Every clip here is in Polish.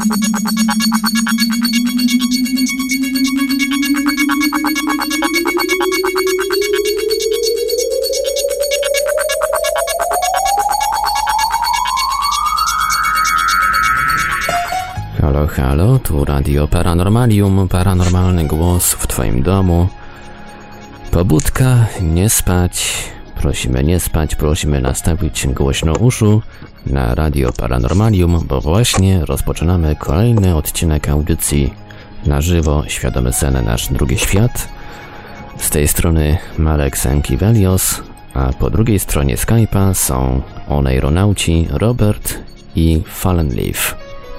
Halo, halo, tu Radio Paranormalium, paranormalny głos w Twoim domu. Pobudka, nie spać, prosimy nie spać, prosimy nastawić głośno uszu na Radio Paranormalium, bo właśnie rozpoczynamy kolejny odcinek audycji na żywo Świadomy Sen, nasz drugi świat. Z tej strony Marek Sankiewelios, a po drugiej stronie Skype'a są oneironauci Robert i Fallenleaf.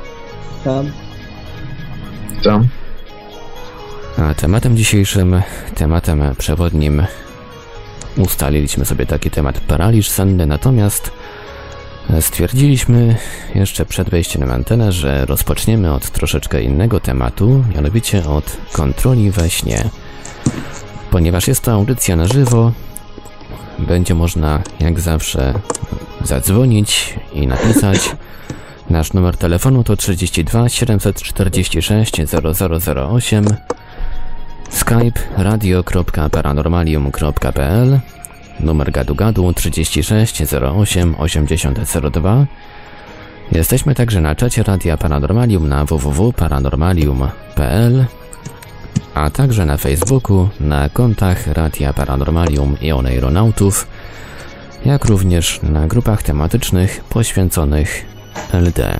Tam. A tematem dzisiejszym, tematem przewodnim ustaliliśmy sobie taki temat paraliż senny, natomiast stwierdziliśmy jeszcze przed wejściem na antenę, że rozpoczniemy od troszeczkę innego tematu, mianowicie od kontroli we śnie. Ponieważ jest to audycja na żywo, będzie można jak zawsze zadzwonić i napisać. Nasz numer telefonu to 32 746 0008, Skype radio.paranormalium.pl, numer gadu 36 08 8002. Jesteśmy także na czacie Radia Paranormalium na www.paranormalium.pl, a także na Facebooku, na kontach Radia Paranormalium i Oneironautów, jak również na grupach tematycznych poświęconych LD.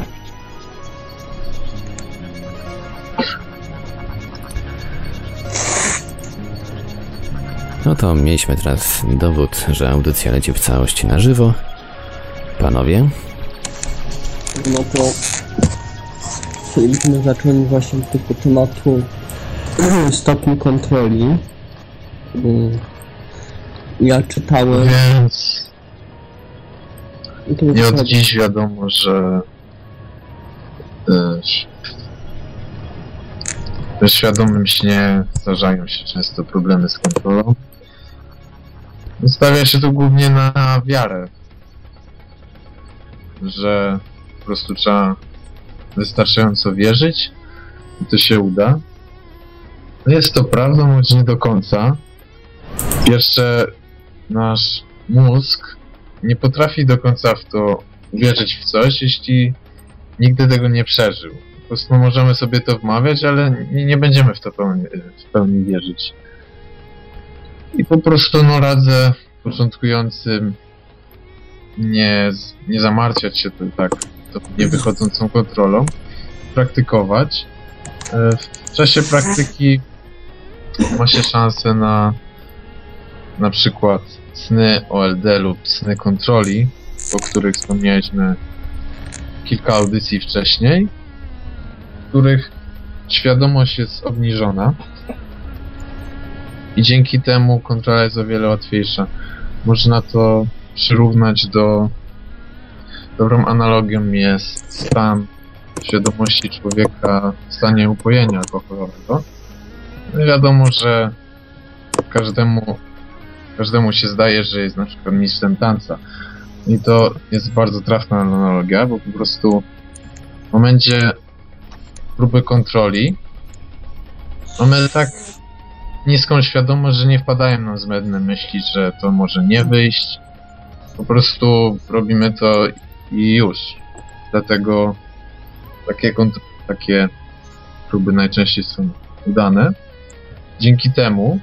No to mieliśmy teraz dowód, że audycja leci w całości na żywo. Panowie? No to chcieliśmy zacząć właśnie od tego tematu stopniu kontroli. Ja czytałem... Więc nie od dziś wiadomo, że w świadomym śnie zdarzają się często problemy z kontrolą. Stawia się to głównie na wiarę, że po prostu trzeba wystarczająco wierzyć i to się uda. Jest to prawdą, choć nie do końca. Jeszcze nasz mózg nie potrafi do końca w to wierzyć w coś, jeśli nigdy tego nie przeżył. Po prostu możemy sobie to wmawiać, ale nie będziemy w to w pełni wierzyć. I po prostu radzę początkującym nie zamartwiać się tak niewychodzącą kontrolą, praktykować. W czasie praktyki ma się szansę na przykład sny OLD lub sny kontroli, o których wspomnieliśmy kilka audycji wcześniej, w których świadomość jest obniżona i dzięki temu kontrola jest o wiele łatwiejsza. Można to przyrównać dobrą analogią jest stan świadomości człowieka w stanie upojenia alkoholowego. No wiadomo, że każdemu się zdaje, że jest na przykład mistrzem tańca. I to jest bardzo trafna analogia, bo po prostu w momencie próby kontroli mamy tak niską świadomość, że nie wpadają nam zbędne myśli, że to może nie wyjść. Po prostu robimy to i już. Dlatego takie próby najczęściej są udane. Dzięki temu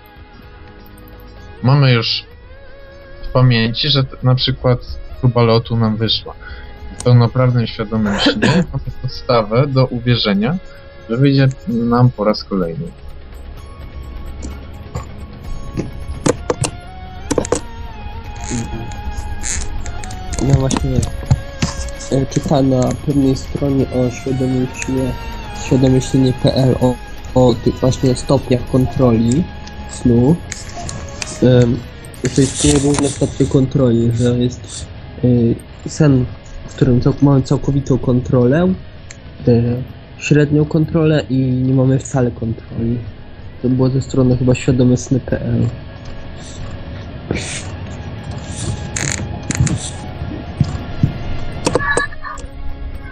mamy już w pamięci, że na przykład próba lotu nam wyszła. W pełnoprawnym świadomym śnie mamy podstawę do uwierzenia, że wyjdzie nam po raz kolejny. Ja właśnie czytałem na pewnej stronie o świadomieśnie.pl o tych właśnie stopniach kontroli snu. To istnieje różne stopnie kontroli, że jest sen, w którym mamy całkowitą kontrolę, średnią kontrolę i nie mamy wcale kontroli. To było ze strony chyba świadomysny.pl.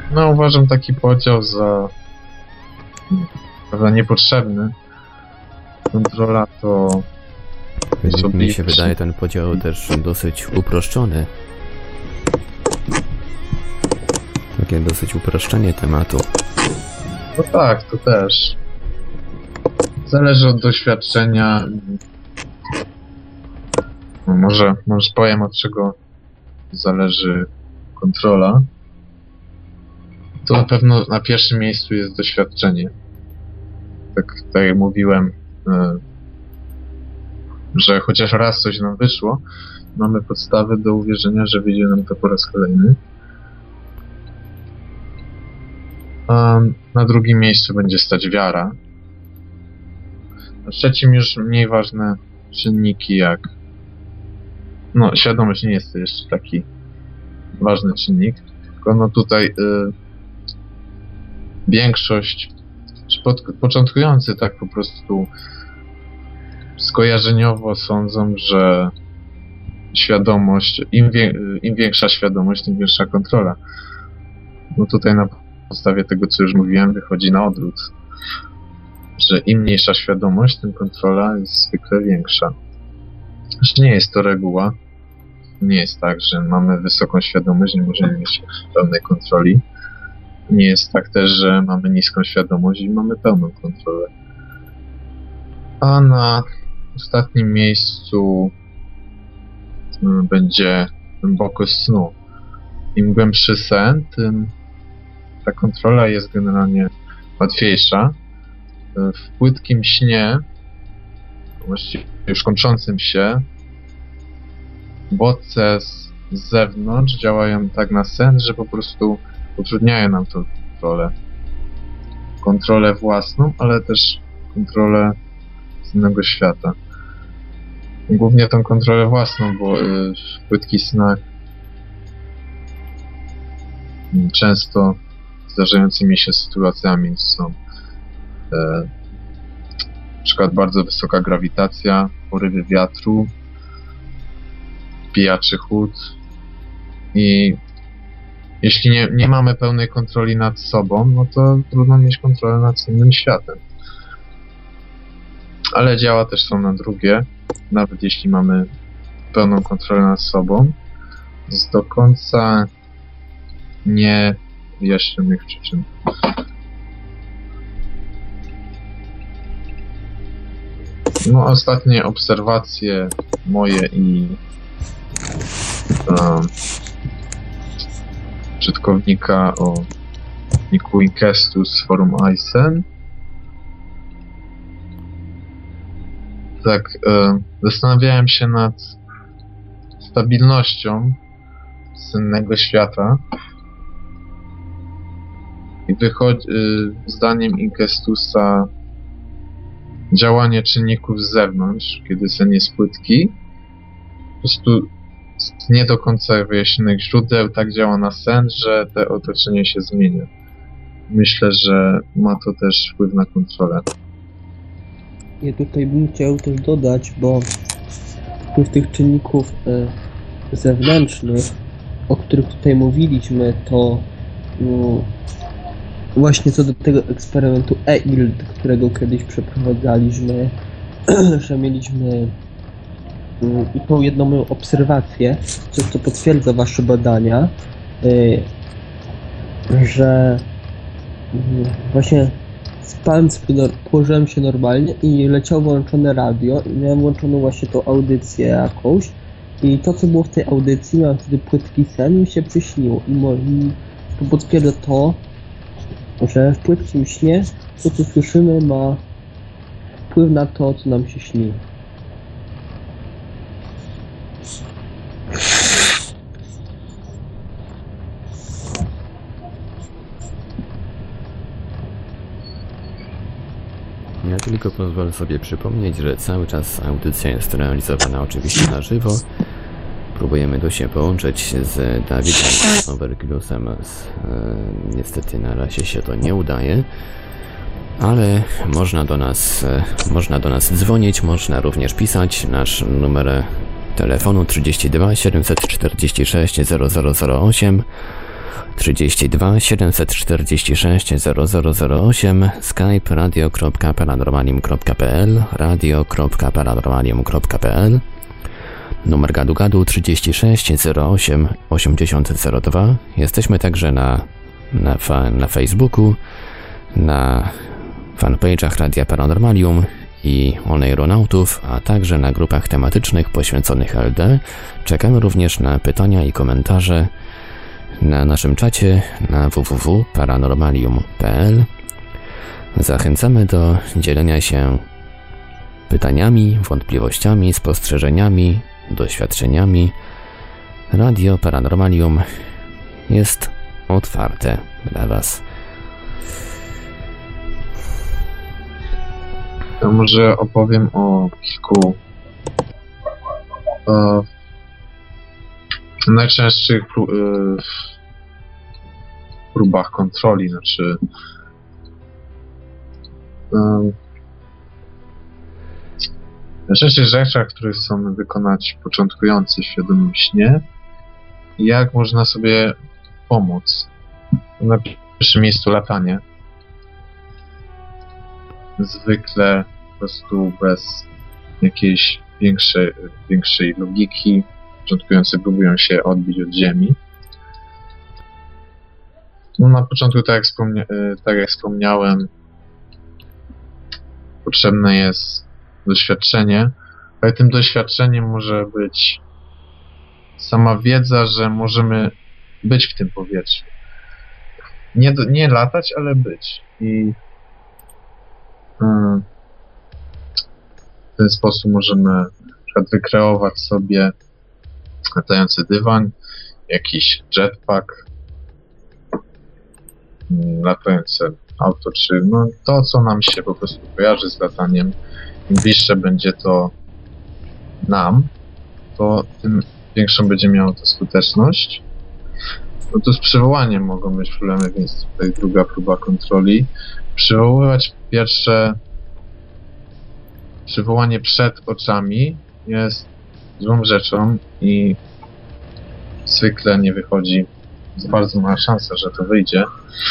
No, uważam taki podział za prawda, niepotrzebny. Kontrola to Mi się wydaje ten podział też dosyć uproszczony. Takie dosyć uproszczenie tematu. No tak, to też. Zależy od doświadczenia. No może powiem, od czego zależy kontrola. To na pewno na pierwszym miejscu jest doświadczenie. Tak jak mówiłem, że chociaż raz coś nam wyszło, mamy podstawy do uwierzenia, że wyjdzie nam to po raz kolejny. A na drugim miejscu będzie stać wiara. Na trzecim już mniej ważne czynniki jak... No, świadomość nie jest to jeszcze taki ważny czynnik, tylko no tutaj większość, czy początkujący tak po prostu skojarzeniowo sądzą, że świadomość, im większa świadomość, tym większa kontrola. No tutaj na podstawie tego, co już mówiłem, wychodzi na odwrót. Że im mniejsza świadomość, tym kontrola jest zwykle większa. Zresztą nie jest to reguła. Nie jest tak, że mamy wysoką świadomość, nie możemy mieć pełnej kontroli. Nie jest tak też, że mamy niską świadomość i mamy pełną kontrolę. A na ostatnim miejscu będzie głębokość snu. Im głębszy sen, tym ta kontrola jest generalnie łatwiejsza. W płytkim śnie, właściwie już kończącym się, bodźce z zewnątrz działają tak na sen, że po prostu utrudniają nam tą kontrolę. Kontrolę własną, ale też kontrolę z innego świata. Głównie tą kontrolę własną, bo w płytkich snach często zdarzającymi się sytuacjami są na przykład bardzo wysoka grawitacja, porywy wiatru, pijaczy chłód i jeśli nie mamy pełnej kontroli nad sobą, no to trudno mieć kontrolę nad innym światem. Ale działa też są na drugie, nawet jeśli mamy pełną kontrolę nad sobą, do końca nie wyjaśnionych przyczyn. No, ostatnie obserwacje moje i użytkownika o niku Inkestu z forum Aysen. Tak, zastanawiałem się nad stabilnością sennego świata i zdaniem Inkestusa działanie czynników z zewnątrz, kiedy sen jest płytki, po prostu z nie do końca wyjaśnionych źródeł tak działa na sen, że te otoczenie się zmienia. Myślę, że ma to też wpływ na kontrolę. Ja tutaj bym chciał też dodać, bo wpływ tych czynników zewnętrznych, o których tutaj mówiliśmy, to właśnie co do tego eksperymentu EILD, którego kiedyś przeprowadzaliśmy, że mieliśmy i tą jedną moją obserwację, co potwierdza wasze badania, że właśnie spałem, położyłem się normalnie i leciało włączone radio i miałem włączoną właśnie tą audycję jakąś i to, co było w tej audycji, miałem wtedy płytki sen i mi się przyśniło i to potwierdza to, że w płytkim śnie to, co słyszymy, ma wpływ na to, co nam się śni. Ja tylko pozwolę sobie przypomnieć, że cały czas audycja jest realizowana oczywiście na żywo. Próbujemy tu się połączyć z Dawidem Overglusem. Niestety na razie się to nie udaje. Ale można do nas dzwonić, można również pisać. Nasz numer telefonu 32 746 0008. 32 746 0008, Skype radio.paranormalium.pl, radio.paranormalium.pl, numer gadu 36 08 8002. Jesteśmy także na Facebooku, na fanpage'ach Radia Paranormalium i Oneironautów, a także na grupach tematycznych poświęconych LD. Czekamy również na pytania i komentarze na naszym czacie na www.paranormalium.pl. Zachęcamy do dzielenia się pytaniami, wątpliwościami, spostrzeżeniami, doświadczeniami. Radio Paranormalium jest otwarte dla Was. To może opowiem o kilku najczęstszych próbach kontroli, znaczy najczęściej rzeczach, które chcą wykonać początkujący w świadomym śnie i jak można sobie pomóc. Na pierwszym miejscu latanie. Zwykle po prostu bez jakiejś większej logiki. Początkujący próbują się odbić od ziemi. No na początku, tak jak wspomniałem, potrzebne jest doświadczenie, ale tym doświadczeniem może być sama wiedza, że możemy być w tym powietrzu. Nie latać, ale być. I w ten sposób możemy na przykład wykreować sobie latający dywan, jakiś jetpack, latające auto, czy no to, co nam się po prostu kojarzy z lataniem. Im bliższe będzie to nam, to tym większą będzie miało to skuteczność. No to z przywołaniem mogą być problemy, więc tutaj druga próba kontroli. Przywołanie przed oczami jest złą rzeczą i zwykle nie wychodzi. Jest bardzo mała szansa, że to wyjdzie.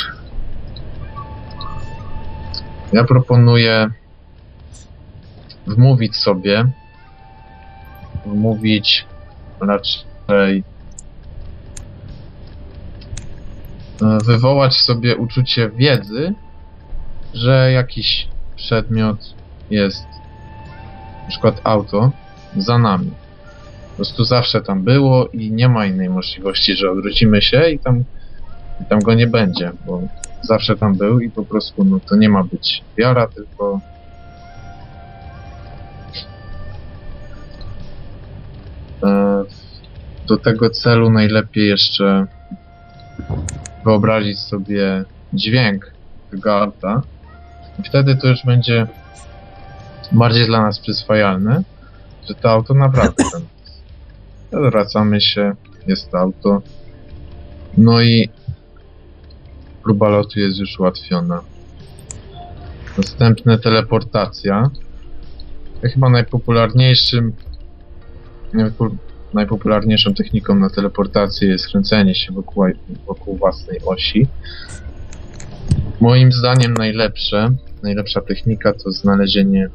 Ja proponuję wmówić raczej wywołać sobie uczucie wiedzy, że jakiś przedmiot jest, na przykład auto, za nami. Po prostu zawsze tam było i nie ma innej możliwości, że odwrócimy się i tam go nie będzie, bo zawsze tam był i po prostu no, to nie ma być wiara, tylko do tego celu najlepiej jeszcze wyobrazić sobie dźwięk tego auta i wtedy to już będzie bardziej dla nas przyswajalne, że to auto naprawdę tam jest. Wracamy się, jest to auto, no i próba lotu jest już ułatwiona. Następne teleportacja. Chyba najpopularniejszą techniką na teleportację jest kręcenie się wokół własnej osi. Moim zdaniem najlepsza technika to znalezienie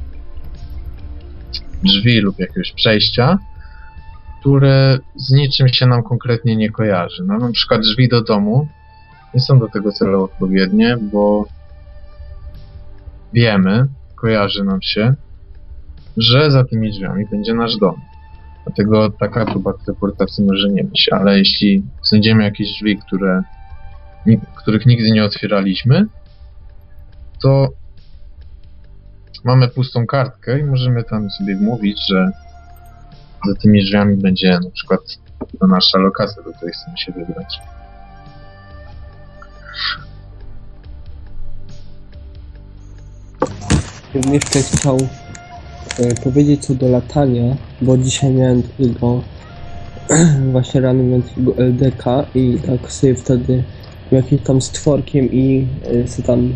drzwi lub jakiegoś przejścia, które z niczym się nam konkretnie nie kojarzy. No, na przykład drzwi do domu nie są do tego celu odpowiednie, bo kojarzy nam się, że za tymi drzwiami będzie nasz dom. Dlatego taka próba teleportacji może nie być, ale jeśli znajdziemy jakieś drzwi, których nigdy nie otwieraliśmy, to mamy pustą kartkę i możemy tam sobie wmówić, że za tymi drzwiami będzie na przykład nasza lokacja, do której chcemy się wybrać. Ja bym jeszcze chciał powiedzieć co do latania, bo dzisiaj miałem takiego właśnie rano miałem takiego LDK i tak sobie wtedy jakimś tam stworkiem i sobie tam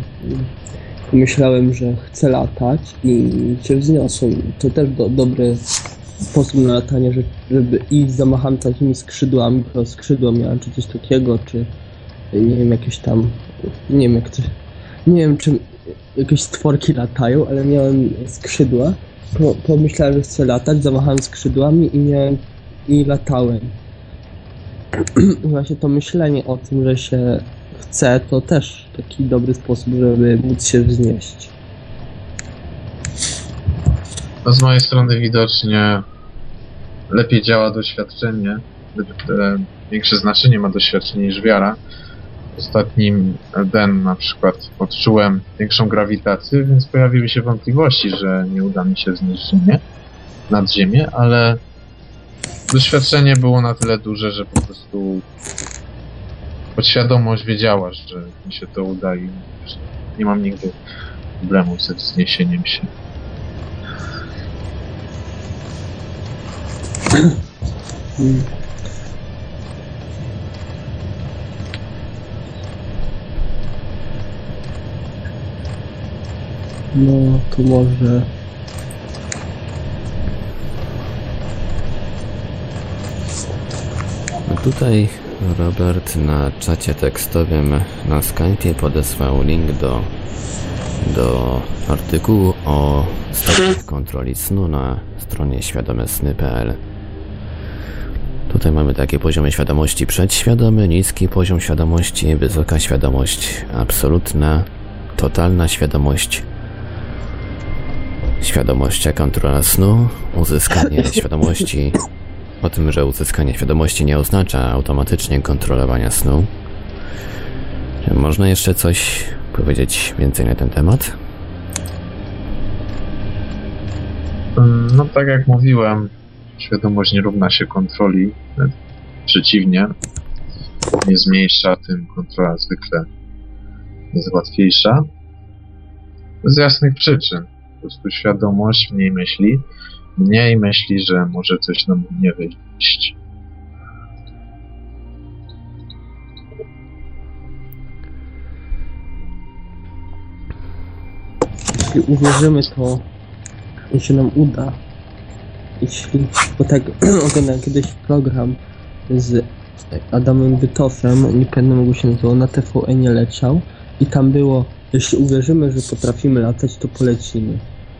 pomyślałem, że chcę latać i się wzniosłem. To też sposób na latanie, żeby iść zamacham takimi skrzydłami, bo skrzydła miałem czy coś takiego, czy nie wiem, jakieś tam, nie wiem jak to, nie wiem czy jakieś stworki latają, ale miałem skrzydła. Pomyślałem, że chcę latać, zamachałem skrzydłami i latałem. Właśnie to myślenie o tym, że się chce, to też taki dobry sposób, żeby móc się wznieść. No z mojej strony widocznie lepiej działa doświadczenie, większe znaczenie ma doświadczenie niż wiara. W ostatnim Elden na przykład odczułem większą grawitację, więc pojawiły się wątpliwości, że nie uda mi się wznieść nad ziemię, ale doświadczenie było na tyle duże, że po prostu podświadomość wiedziała, że mi się to uda i że nie mam nigdy problemu ze wzniesieniem się. No to może... No tutaj Robert na czacie tekstowym na Skype'ie podesłał link do artykułu o stopniach kontroli snu na stronie świadomesny.pl. Tutaj mamy takie poziomy świadomości: przedświadomy, niski poziom świadomości, wysoka świadomość, absolutna, totalna świadomość, świadomość a kontrola snu, uzyskanie świadomości. O tym, że uzyskanie świadomości nie oznacza automatycznie kontrolowania snu. Czy można jeszcze coś powiedzieć więcej na ten temat? No tak jak mówiłem, świadomość nie równa się kontroli, przeciwnie, nie zmniejsza, tym kontrola zwykle jest łatwiejsza. Z jasnych przyczyn. Po prostu świadomość mniej myśli, że może coś nam nie wyjść. Jeśli uwierzymy, to się nam uda. Bo tak oglądałem kiedyś program z Adamem Bytosem, nie pamiętam jak go się nazywał, na TVN nie leciał i tam było: jeśli uwierzymy, że potrafimy latać, to polecimy.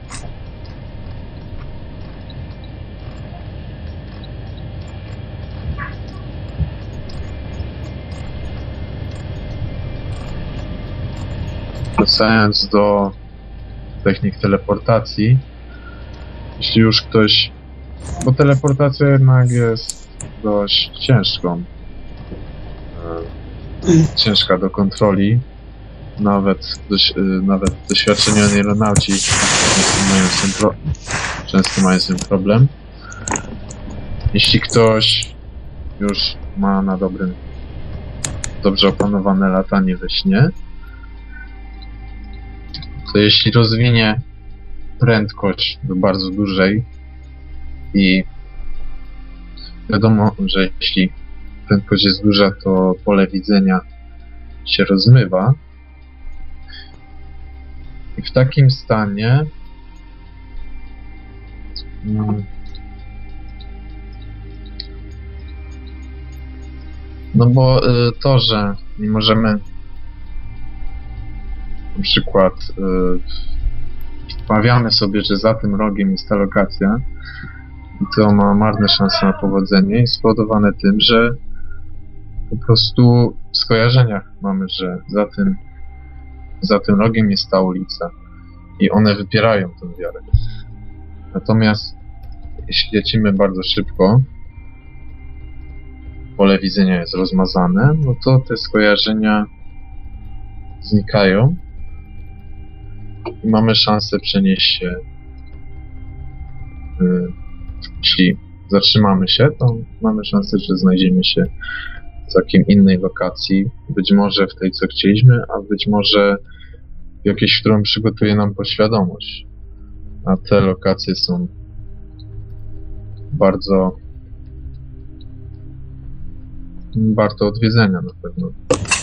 Wracając do technik teleportacji, jeśli już ktoś... Bo teleportacja jednak jest dość ciężka do kontroli. Nawet doświadczeni aeronauci często mają z tym problem. Jeśli ktoś już ma na dobrze opanowane latanie we śnie, to jeśli rozwinie prędkość do bardzo dużej i wiadomo, że jeśli prędkość jest duża, to pole widzenia się rozmywa i w takim stanie no bo to, że nie możemy na przykład wmawiamy sobie, że za tym rogiem jest ta lokacja i to ma marne szanse na powodzenie, jest spowodowane tym, że po prostu w skojarzeniach mamy, że za tym rogiem jest ta ulica i one wypierają tę wiarę. Natomiast jeśli lecimy bardzo szybko, pole widzenia jest rozmazane, no to te skojarzenia znikają i mamy szansę przenieść się. Jeśli zatrzymamy się, to mamy szansę, że znajdziemy się w takiej innej lokacji. Być może w tej, co chcieliśmy, a być może w jakiejś, którą przygotuje nam podświadomość. A te lokacje są bardzo warte odwiedzenia na pewno.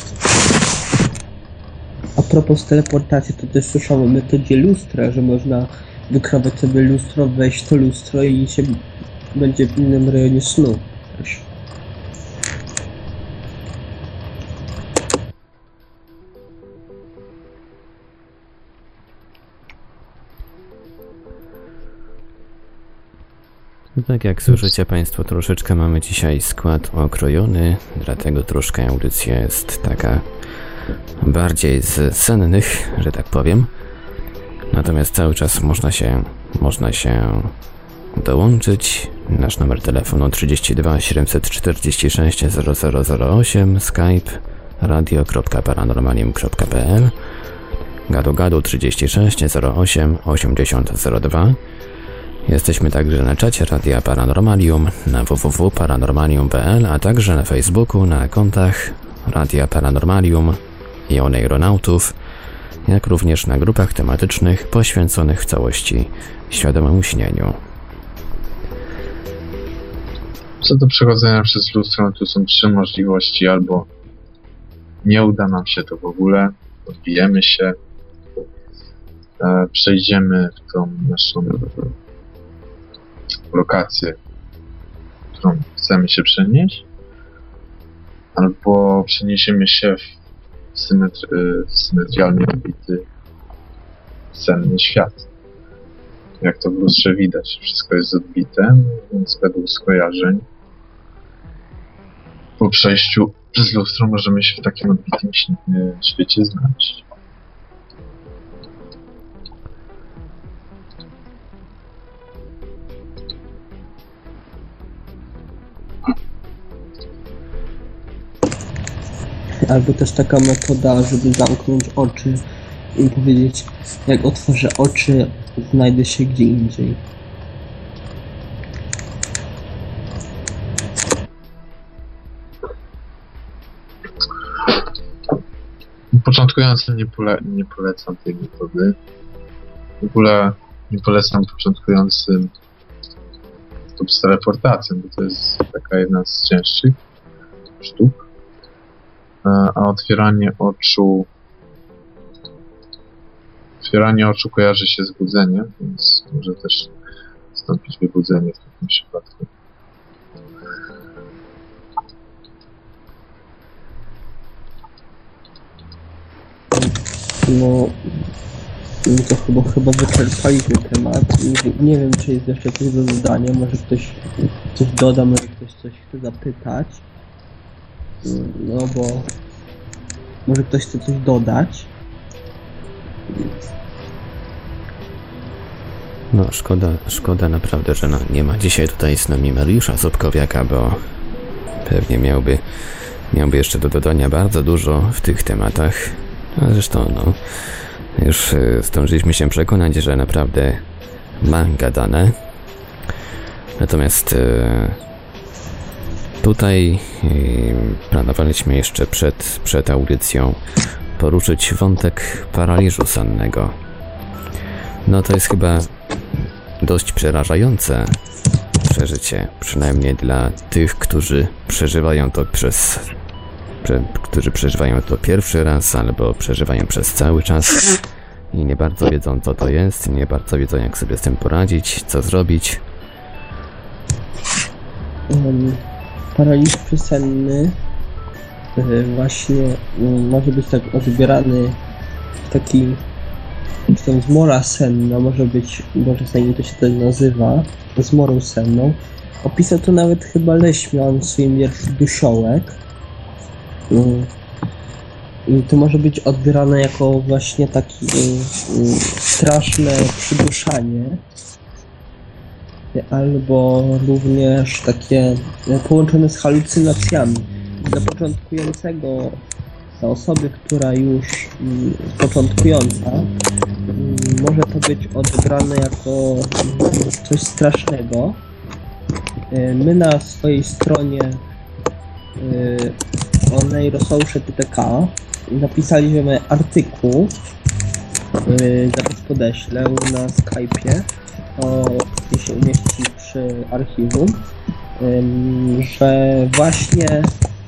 A propos teleportacji, to też słyszałem o metodzie lustra, że można wykrować sobie lustro, wejść w to lustro i się będzie w innym rejonie snu też. Tak jak słyszycie Państwo, troszeczkę mamy dzisiaj skład okrojony, dlatego troszkę audycja jest taka bardziej z sennych, że tak powiem. Natomiast cały czas można się dołączyć. Nasz numer telefonu 32 746 0008, Skype radio.paranormalium.pl, gadu 36 08 8002. Jesteśmy także na czacie Radia Paranormalium na www.paranormalium.pl, a także na Facebooku na kontach Radia Paranormalium i Oneironautów, jak również na grupach tematycznych poświęconych w całości świadomemu śnieniu. Co do przechodzenia przez lustro, tu są 3 możliwości: albo nie uda nam się to w ogóle, odbijemy się, przejdziemy w tą naszą lokację, w którą chcemy się przenieść, albo przeniesiemy się w symetrialnie odbity senny świat. Jak to w lustrze widać, wszystko jest odbite, więc według skojarzeń po przejściu przez lustro możemy się w takim odbitym świecie znaleźć. Albo też taka metoda, żeby zamknąć oczy i powiedzieć, jak otworzę oczy, znajdę się gdzie indziej. Początkującym nie polecam tej metody. W ogóle nie polecam początkującym z teleportacją, bo to jest taka jedna z cięższych sztuk. A otwieranie oczu kojarzy się z budzeniem, więc może też nastąpić wybudzenie w takim przypadku. No to chyba wyczerpaliśmy temat. Nie wiem, czy jest jeszcze coś do dodania. Może ktoś coś doda, może ktoś coś chce zapytać. No bo może ktoś chce coś dodać. No szkoda naprawdę, że nie ma dzisiaj tutaj z nami Mariusza Sobkowiaka, bo pewnie miałby jeszcze do dodania bardzo dużo w tych tematach. A zresztą już zdążyliśmy się przekonać, że naprawdę ma gadane. Natomiast tutaj planowaliśmy jeszcze przed audycją poruszyć wątek paraliżu sennego. No to jest chyba dość przerażające przeżycie, przynajmniej dla tych, którzy przeżywają to pierwszy raz albo przeżywają przez cały czas i nie bardzo wiedzą, co to jest, nie bardzo wiedzą, jak sobie z tym poradzić, co zrobić. Paraliż przesenny właśnie może być tak odbierany w taki zmora senna, może czasami to się tak nazywa, zmorą senną. Opisał to nawet chyba Leśmian w swoim wierszu Dusiołek. I to może być odbierane jako właśnie takie straszne przyduszanie, albo również takie połączone z halucynacjami. Dla początkującego, dla osoby, która już początkująca, może to być odebrane jako coś strasznego. My na swojej stronie oneirosoul.ptk napisaliśmy artykuł, zaraz podeślę na Skype'ie, to się umieści przy archiwum, że właśnie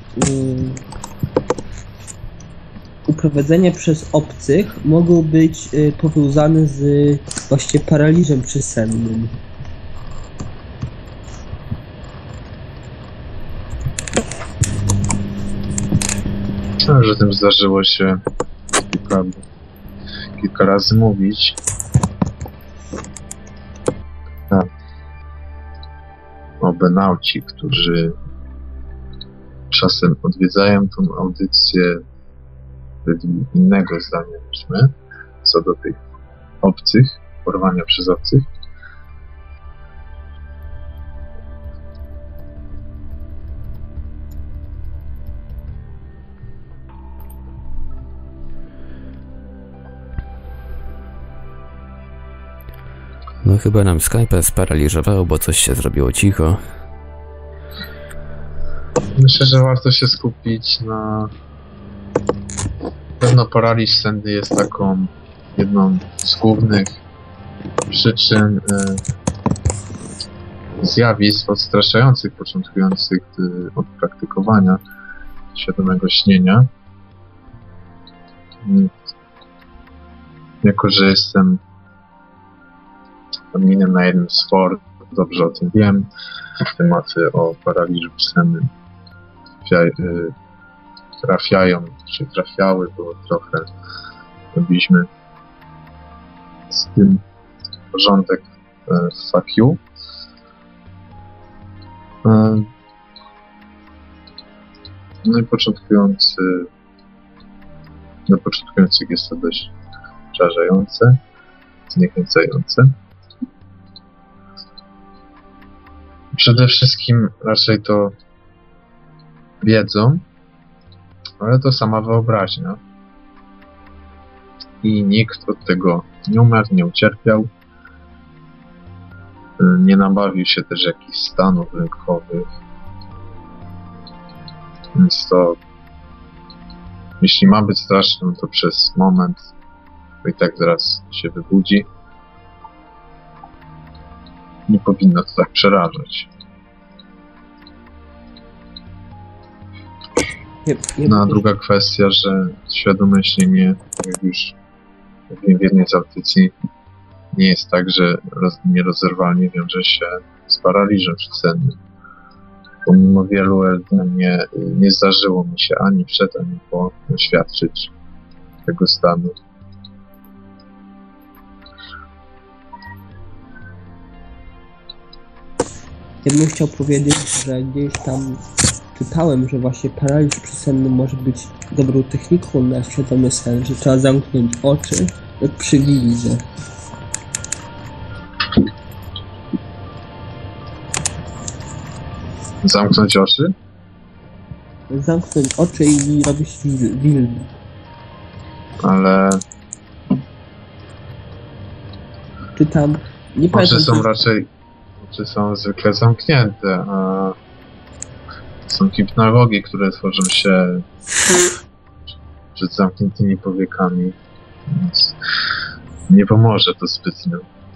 uprowadzenie przez obcych mogą być powiązane z właśnie paraliżem przesennym. Poza tym zdarzyło się kilka razy mówić. O benauci, którzy czasem odwiedzają tą audycję według innego zdania niż my, co do tych obcych, porwania przez obcych. No chyba nam Skype'a sparaliżowało, bo coś się zrobiło cicho. Myślę, że warto się skupić na... Pewno paraliż senny jest taką jedną z głównych przyczyn zjawisk odstraszających początkujących od praktykowania świadomego śnienia. Jako że jestem adminem na jednym z forów, dobrze o tym wiem. Tematy o paraliżu sennym trafiają, czy trafiały, było trochę, robiliśmy z tym porządek w FAQ. No i dla początkujących jest to dość przerażające, zniechęcające. Przede wszystkim raczej to wiedzą, ale to sama wyobraźnia. I nikt od tego nie umarł, nie ucierpiał. Nie nabawił się też jakichś stanów lękowych. Więc to, jeśli ma być straszne, to przez moment, bo i tak zaraz się wybudzi. Nie powinno to tak przerażać. No a druga kwestia, że świadome śnienie, jak już mówiłem w jednej z audycji, nie jest tak, że nierozerwalnie wiąże się z paraliżem sennym. Pomimo wielu nie zdarzyło mi się ani przed, ani po doświadczyć tego stanu. Ja bym chciał powiedzieć, że gdzieś tam czytałem, że właśnie paraliż przesenny może być dobrą techniką na świadomy sen, że trzeba zamknąć oczy jak przy wildze. Zamknąć oczy? Zamknąć oczy i robić wild. Ale... Czytam... Nie pamiętam, Oczy są zwykle zamknięte, a są hipnologi, które tworzą się przed zamkniętymi powiekami, więc nie pomoże to zbytnio.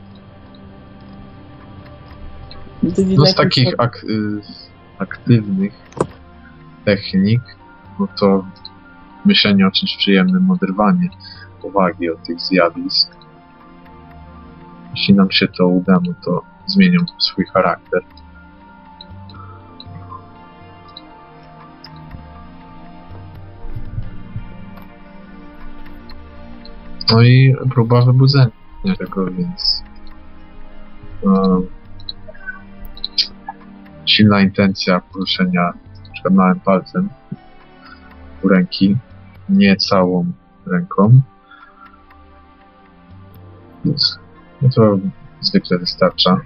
No z takich aktywnych technik, no to myślenie o czymś przyjemnym, oderwanie uwagi od tych zjawisk. Jeśli nam się to uda, no to zmienią swój charakter. No i próba wybudzenia tego, więc silna intencja poruszenia na przykład małym palcem u ręki, nie całą ręką. Więc to zwykle wystarcza.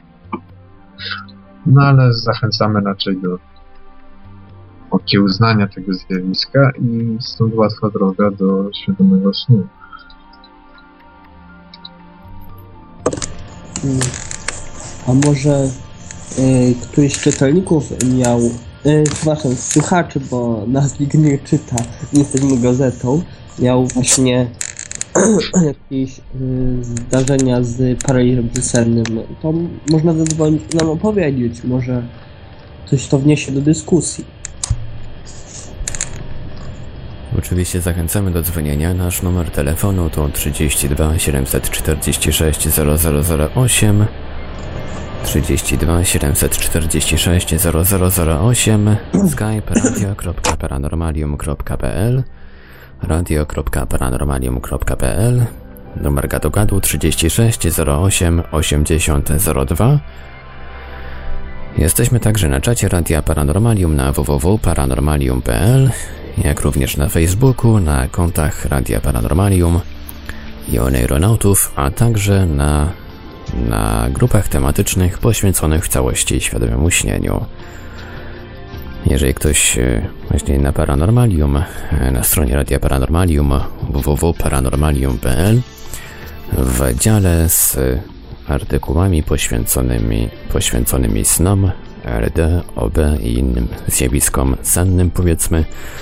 No ale zachęcamy raczej do okiełznania tego zjawiska i stąd łatwa droga do świadomego snu. A może któryś z czytelników miał, przepraszam, słuchaczy, bo nas nikt nie czyta, nie jesteśmy gazetą, miał właśnie jakieś zdarzenia z paraliżem przesennym, to można zadzwonić i nam opowiedzieć, może coś to wniesie do dyskusji. Oczywiście zachęcamy do dzwonienia. Nasz numer telefonu to 32 746 0008, 32 746 0008, Skype radio.paranormalium.pl, radio.paranormalium.pl, numer gadu 36 08 80 02. Jesteśmy także na czacie Radia Paranormalium na www.paranormalium.pl, jak również na Facebooku, na kontach Radia Paranormalium i Oneironautów, a także na grupach tematycznych poświęconych w całości świadomemu śnieniu. Jeżeli ktoś właśnie na Paranormalium, na stronie Radia Paranormalium www.paranormalium.pl, w dziale z artykułami poświęconymi snom, RD, OB i innym zjawiskom sennym, powiedzmy,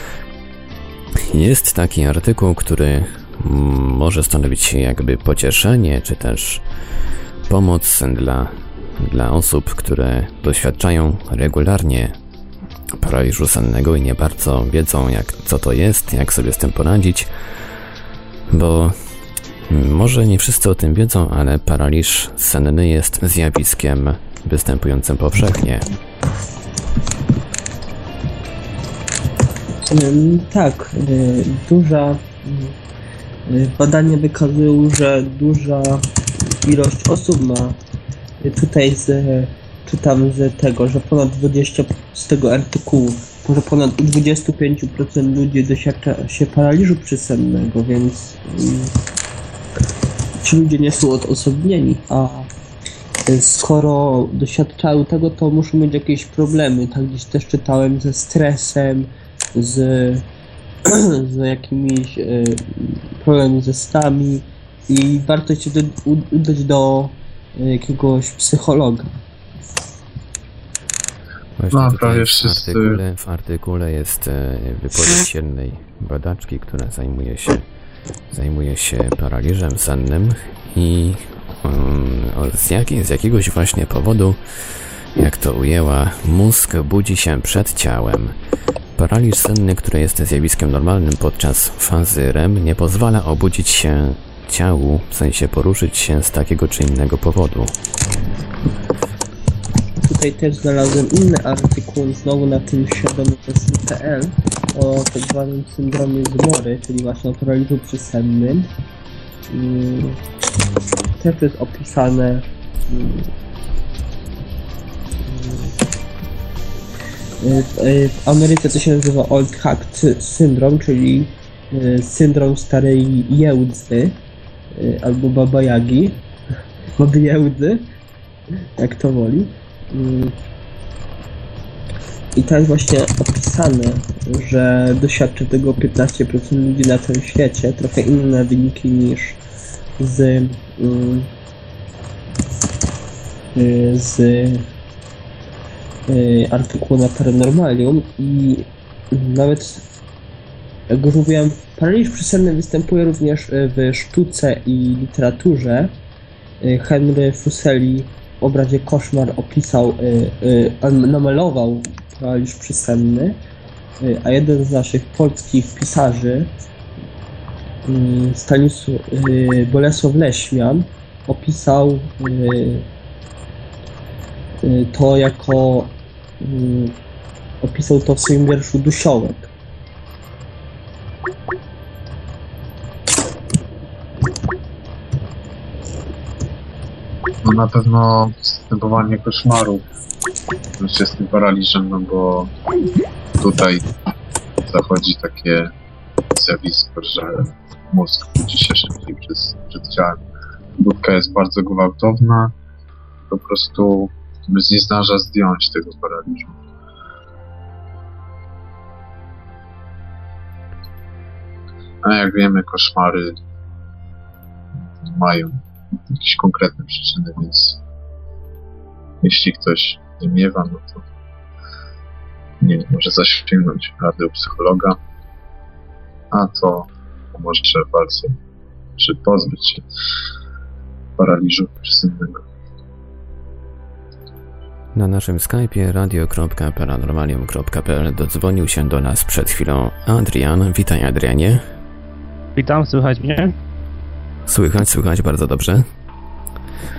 jest taki artykuł, który może stanowić jakby pocieszenie, czy też pomoc dla osób, które doświadczają regularnie paraliżu sennego i nie bardzo wiedzą, co to jest, jak sobie z tym poradzić, bo może nie wszyscy o tym wiedzą, ale paraliż senny jest zjawiskiem występującym powszechnie. Tak, badania wykazują, że duża ilość osób ma, tutaj czytam z tego, że ponad 20 z tego artykułu, może ponad 25% ludzi doświadcza się paraliżu przysennego, więc ci ludzie nie są odosobnieni, a skoro doświadczają tego, to muszą mieć jakieś problemy. Tak gdzieś też czytałem ze stresem, z jakimiś problemami ze snami i warto się udać do jakiegoś psychologa. Właśnie prawie wszyscy. W artykule jest wypowiedź jednej badaczki, która zajmuje się paraliżem sennym i z jakiegoś właśnie powodu, jak to ujęła, mózg budzi się przed ciałem. Paraliż senny, który jest zjawiskiem normalnym podczas fazy REM, nie pozwala obudzić się ciału, w sensie poruszyć się z takiego czy innego powodu. Tutaj też znalazłem inny artykuł, znowu na tym świadomym.pl, o tak zwanym syndromie zmory, czyli właśnie o paraliżu przysennym. Też jest opisane w Ameryce to się nazywa Old Hack Syndrome, czyli syndrom starej jełdzy albo Baba Jagi, Baby Jełdzy, jak to woli. I to jest właśnie opisane, że doświadcza tego 15% ludzi na całym świecie, trochę inne wyniki niż z artykułu na Paranormalium i nawet, jak już mówiłem, paraliż przysenny występuje również w sztuce i literaturze. Henry Fuseli w obrazie Koszmar namalował paraliż przysenny, a jeden z naszych polskich pisarzy, Bolesław Leśmian, opisał to opisał to w swoim wierszu Dusiołek. No na pewno występowanie koszmarów z tym paraliżem, no bo tutaj zachodzi takie zjawisko, że mózg budzi się szybciej przed ciałem. Budka jest bardzo gwałtowna, po prostu nie zdąża zdjąć tego paraliżu. A jak wiemy, koszmary mają jakieś konkretne przyczyny, więc jeśli ktoś nie miewa, no to nie może zasięgnąć rady u psychologa, a to pomoże bardzo, czy pozbyć się paraliżu przysennego. Na naszym Skype'ie radio.paranormalium.pl dodzwonił się do nas przed chwilą Adrian. Witaj, Adrianie. Witam, słychać mnie? Słychać bardzo dobrze.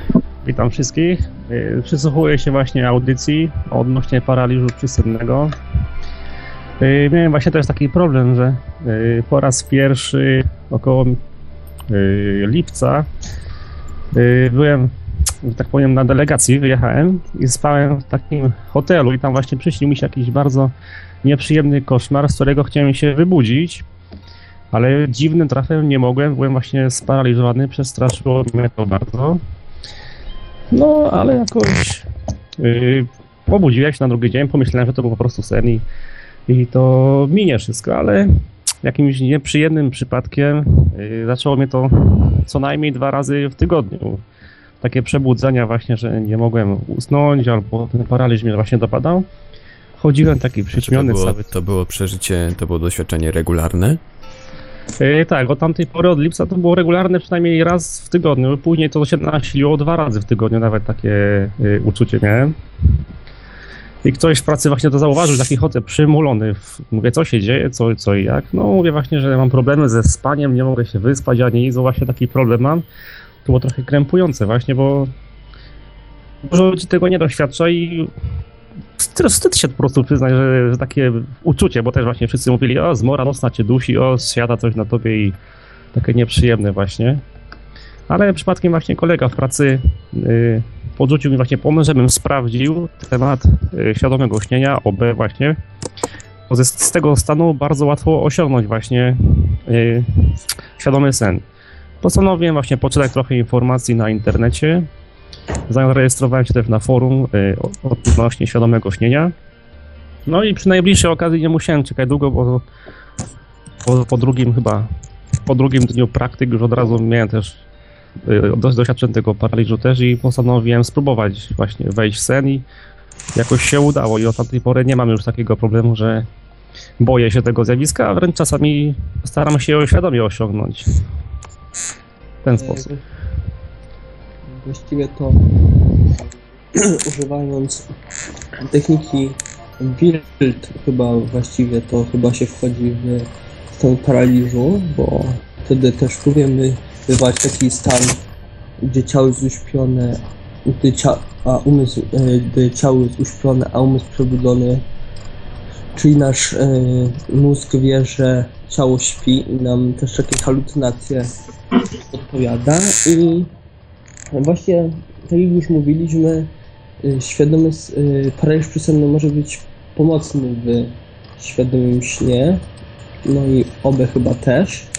Witam wszystkich. Przysłuchuję się właśnie audycji odnośnie paraliżu przysennego. Miałem właśnie też taki problem, że po raz pierwszy około lipca byłem, że tak powiem, na delegacji, wyjechałem i spałem w takim hotelu i tam właśnie przyśnił mi się jakiś bardzo nieprzyjemny koszmar, z którego chciałem się wybudzić, ale dziwnym trafem nie mogłem, byłem właśnie sparaliżowany, przestraszyło mnie to bardzo. No, ale jakoś obudziłem się na drugi dzień, pomyślałem, że to był po prostu sen i to minie wszystko, ale jakimś nieprzyjemnym przypadkiem zaczęło mnie to co najmniej 2 razy w tygodniu. Takie przebudzenia właśnie, że nie mogłem usnąć, albo ten paraliż mnie właśnie dopadał. Chodziłem taki przyćmiony cały. To było przeżycie, to było doświadczenie regularne? Tak, od tamtej pory, od lipca to było regularne przynajmniej raz w tygodniu. Później to się nasiliło 2 razy w tygodniu, nawet takie uczucie miałem. I ktoś w pracy właśnie to zauważył, taki chodzę przymulony. Mówię, co się dzieje, co i jak. No mówię właśnie, że mam problemy ze spaniem, nie mogę się wyspać, ani nic, właśnie taki problem mam. To było trochę krępujące właśnie, bo dużo ludzi tego nie doświadcza i wstyd się po prostu przyznać, że takie uczucie, bo też właśnie wszyscy mówili, o zmora nocna cię dusi, o zsiada coś na tobie i takie nieprzyjemne właśnie. Ale przypadkiem właśnie kolega w pracy podrzucił mi właśnie pomysł, żebym sprawdził temat świadomego śnienia, OB właśnie. Bo z tego stanu bardzo łatwo osiągnąć właśnie świadomy sen. Postanowiłem właśnie poczytać trochę informacji na internecie. Zarejestrowałem się też na forum odnośnie świadomego śnienia. No i przy najbliższej okazji nie musiałem czekać długo, bo po drugim dniu praktyk już od razu miałem też dość doświadczony tego paraliżu też i postanowiłem spróbować właśnie wejść w sen i jakoś się udało i od tamtej pory nie mam już takiego problemu, że boję się tego zjawiska, a wręcz czasami staram się ją świadomie osiągnąć w ten sposób. Właściwie to używając techniki WILD chyba się wchodzi w stan paraliżu, bo wtedy też próbujemy bywać taki stan, gdzie ciało jest uśpione, gdy ciało jest uśpione, a umysł przebudzony, czyli nasz mózg wie, że ciało śpi i nam też takie halucynacje odpowiada i właśnie, tak jak już mówiliśmy, świadomy paraliż przysenny może być pomocny w świadomym śnie, no i OB chyba też.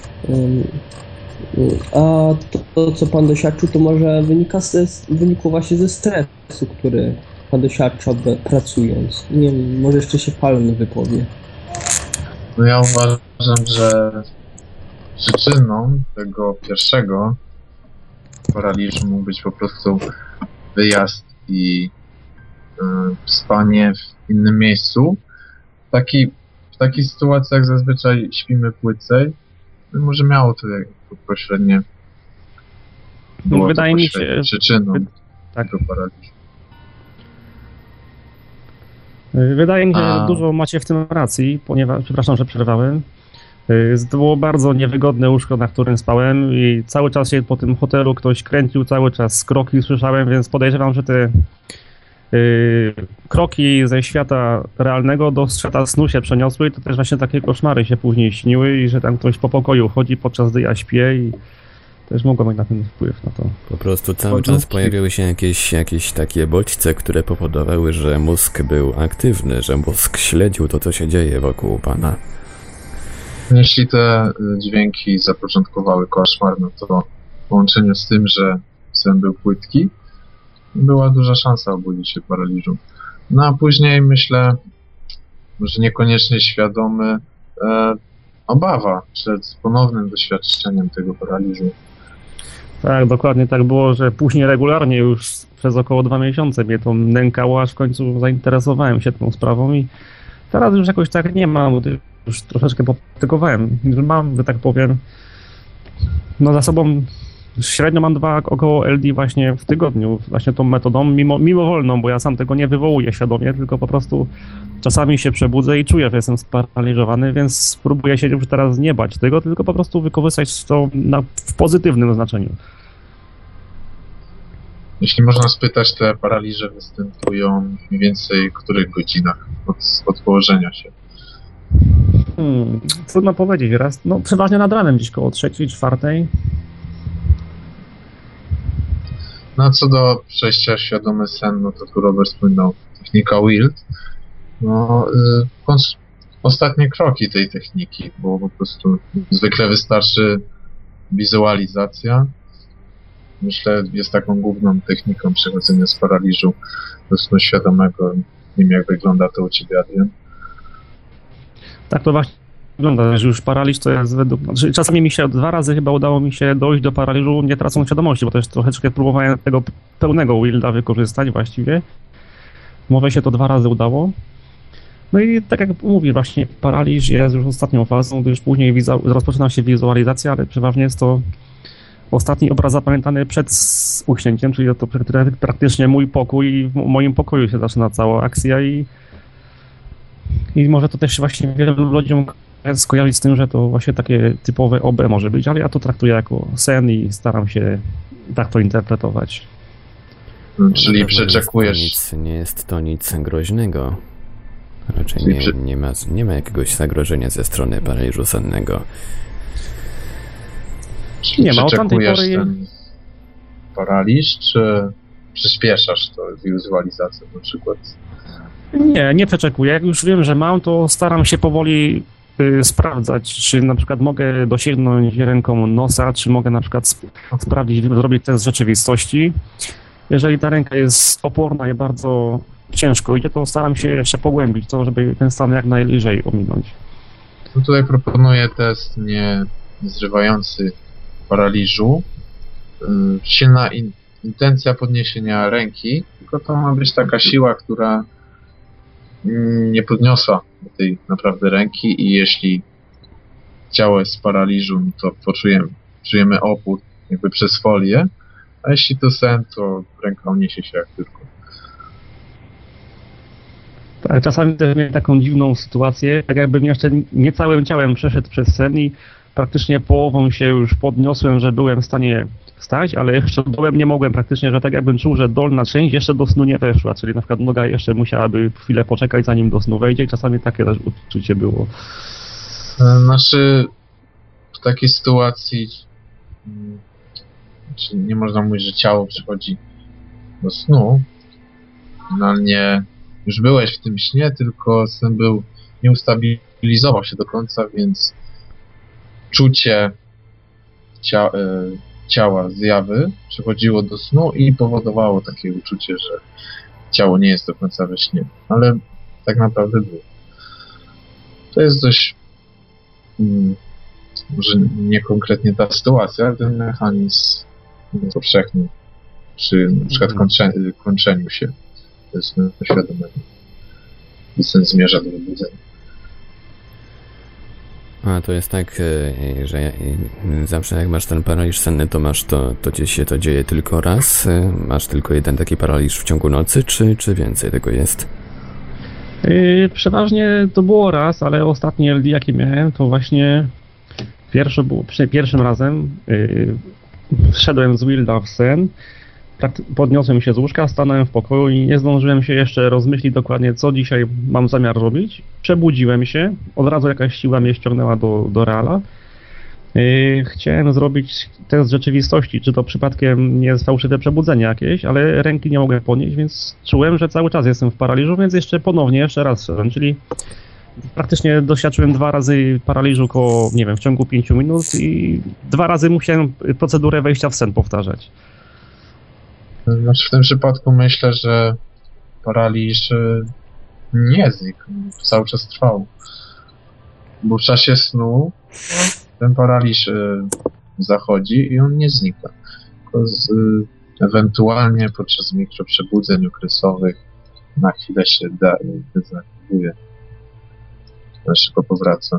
A to co pan doświadczył, to może wynikło właśnie ze stresu, który pan doświadcza pracując. Nie wiem, może jeszcze się pan wypowie. No ja uważam, że przyczyną tego pierwszego paraliżu mógł być po prostu wyjazd i spanie w innym miejscu. W takich sytuacjach zazwyczaj śpimy płycej. No może miało to pośrednie. Wydaje mi się przyczyną tego paraliżu. Wydaje mi się, że dużo macie w tym racji, ponieważ, przepraszam, że przerwałem. To było bardzo niewygodne łóżko, na którym spałem i cały czas się po tym hotelu ktoś kręcił, cały czas kroki słyszałem, więc podejrzewam, że te kroki ze świata realnego do świata snu się przeniosły i to też właśnie takie koszmary się później śniły i że tam ktoś po pokoju chodzi podczas gdy ja śpię i też mogło mieć na ten wpływ na to. Po prostu cały czas pojawiały się jakieś takie bodźce, które powodowały, że mózg był aktywny, że mózg śledził to, co się dzieje wokół pana. Jeśli te dźwięki zapoczątkowały koszmar, no to w połączeniu z tym, że sen był płytki, była duża szansa obudzić się paraliżu. No a później myślę, że niekoniecznie świadomy obawa przed ponownym doświadczeniem tego paraliżu. Tak, dokładnie tak było, że później regularnie już przez około 2 miesiące mnie to nękało, aż w końcu zainteresowałem się tą sprawą i teraz już jakoś tak nie mam, bo już troszeczkę popraktykowałem. Mam, że tak powiem, no za sobą średnio mam 2 około LD właśnie w tygodniu, właśnie tą metodą, mimowolną, bo ja sam tego nie wywołuję świadomie, tylko po prostu czasami się przebudzę i czuję, że jestem sparaliżowany, więc spróbuję się już teraz nie bać tego, tylko po prostu wykorzystać to w pozytywnym znaczeniu. Jeśli można spytać, te paraliże występują mniej więcej w których godzinach od położenia się? Trudno powiedzieć. Raz, no przeważnie nad ranem, gdzieś koło 3-4. No a co do przejścia w świadomy sen, no to tu Robert wspominał technika Wild. No, ostatnie kroki tej techniki, bo po prostu zwykle wystarczy wizualizacja. Myślę, jest taką główną techniką przechodzenia z paraliżu do snu świadomego. Nie wiem, jak wygląda to u Ciebie, Adrian. Tak to właśnie wygląda, że już paraliż to jest według... Znaczy, czasami mi się 2 razy chyba udało mi się dojść do paraliżu nie tracąc świadomości, bo też troszeczkę próbowałem tego pełnego Wilda wykorzystać właściwie. Może się to 2 razy udało. No i tak jak mówisz, właśnie paraliż jest już ostatnią fazą, gdyż później rozpoczyna się wizualizacja, ale przeważnie jest to ostatni obraz zapamiętany przed uśnięciem, czyli to praktycznie mój pokój, w moim pokoju się zaczyna cała akcja i może to też właśnie wielu ludziom skojarzyć z tym, że to właśnie takie typowe OB może być, ale ja to traktuję jako sen i staram się tak to interpretować. Czyli przeczekujesz... Nie jest to nic groźnego. Raczej nie ma jakiegoś zagrożenia ze strony paraliżu sennego. Nie ma, od tamtej pory... ten paraliż, czy przyspieszasz to wizualizację na przykład? Nie przeczekuję. Jak już wiem, że mam, to staram się powoli sprawdzać, czy na przykład mogę dosięgnąć ręką nosa, czy mogę na przykład sprawdzić, zrobić test rzeczywistości. Jeżeli ta ręka jest oporna i bardzo ciężko idzie, to staram się jeszcze pogłębić to, żeby ten stan jak najlżej ominąć. No tutaj proponuję test nie zrywający paraliżu. Silna intencja podniesienia ręki, tylko to ma być taka siła, która nie podniosła tej naprawdę ręki i jeśli ciało jest w paraliżu, no to czujemy opór jakby przez folię, a jeśli to sen, to ręka uniesie się jak tylko. Tak, czasami też miałem taką dziwną sytuację, tak jakbym jeszcze nie całym ciałem przeszedł przez sen i praktycznie połową się już podniosłem, że byłem w stanie wstać, ale jeszcze dołem nie mogłem praktycznie, że tak jakbym czuł, że dolna część jeszcze do snu nie weszła, czyli na przykład noga jeszcze musiałaby chwilę poczekać, zanim do snu wejdzie i czasami takie też uczucie było. Znaczy, w takiej sytuacji nie można mówić, że ciało przychodzi do snu, finalnie już byłeś w tym śnie, tylko sen nie ustabilizował się do końca, więc czucie ciała, zjawy przechodziło do snu i powodowało takie uczucie, że ciało nie jest do końca we śnie, ale tak naprawdę było. To jest dość może nie konkretnie ta sytuacja, ale ten mechanizm jest powszechny przy na przykład kończeniu się snu świadomego i sen zmierza do wybudzenia. A to jest tak, że zawsze jak masz ten paraliż senny, to ci się to dzieje tylko raz? Masz tylko jeden taki paraliż w ciągu nocy, czy więcej tego jest? Przeważnie to było raz, ale ostatnie LD jakie miałem, to właśnie pierwszym razem wszedłem z Wilda w sen, podniosłem się z łóżka, stanąłem w pokoju i nie zdążyłem się jeszcze rozmyślić dokładnie, co dzisiaj mam zamiar robić. Przebudziłem się, od razu jakaś siła mnie ściągnęła do reala. Chciałem zrobić test rzeczywistości, czy to przypadkiem nie jest fałszywe przebudzenie jakieś, ale ręki nie mogłem podnieść, więc czułem, że cały czas jestem w paraliżu, więc jeszcze raz szedłem, czyli praktycznie doświadczyłem 2 razy paraliżu w ciągu 5 minut i 2 razy musiałem procedurę wejścia w sen powtarzać. Znaczy w tym przypadku myślę, że paraliż nie znikł, cały czas trwał. Bo w czasie snu ten paraliż zachodzi i on nie znika. Tylko ewentualnie podczas mikroprzebudzeń okresowych na chwilę się dezaktywuje. Szybko powraca.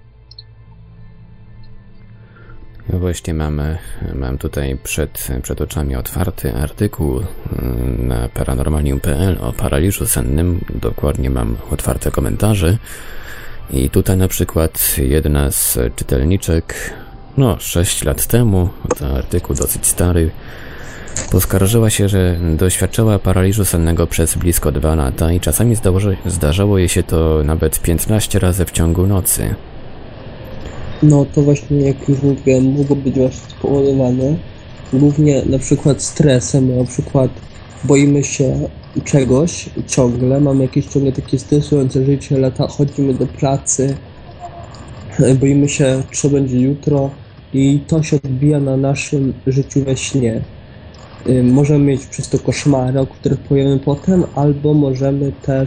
No właśnie mam tutaj przed oczami otwarty artykuł na paranormalium.pl o paraliżu sennym. Dokładnie mam otwarte komentarze. I tutaj na przykład jedna z czytelniczek, 6 lat temu, to artykuł dosyć stary, Poskarżyła się, że doświadczała paraliżu sennego przez blisko 2 lata i czasami zdarzało jej się to nawet 15 razy w ciągu nocy. No to właśnie, jak już mówiłem, mogło być właśnie spowodowane głównie na przykład stresem, na przykład boimy się czegoś ciągle, mamy jakieś ciągle takie stresujące życie, chodzimy do pracy, boimy się, co będzie jutro i to się odbija na naszym życiu we śnie. Możemy mieć przez to koszmary, o których powiemy potem, albo możemy też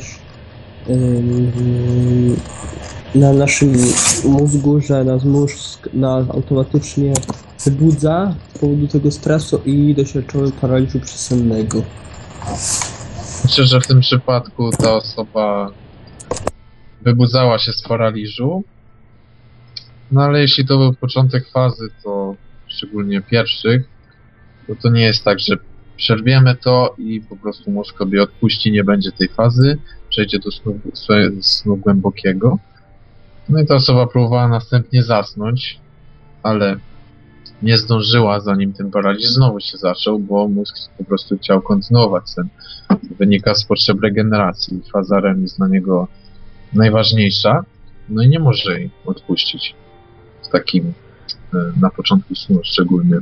na naszym mózgu, że nasz mózg nas automatycznie wybudza z powodu tego stresu i doświadczamy paraliżu przesennego. Myślę, że w tym przypadku ta osoba wybudzała się z paraliżu, no ale jeśli to był początek fazy, to szczególnie pierwszych, to nie jest tak, że przerwiemy to i po prostu mózg sobie odpuści, nie będzie tej fazy, przejdzie do snu głębokiego. No i ta osoba próbowała następnie zasnąć, ale nie zdążyła, zanim ten paraliż znowu się zaczął, bo mózg po prostu chciał kontynuować sen. To wynika z potrzeb regeneracji. Faza REM jest dla niego najważniejsza, no i nie może jej odpuścić w takim na początku snu szczególnie.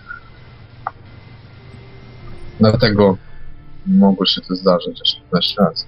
Dlatego mogło się to zdarzyć aż 15 razy.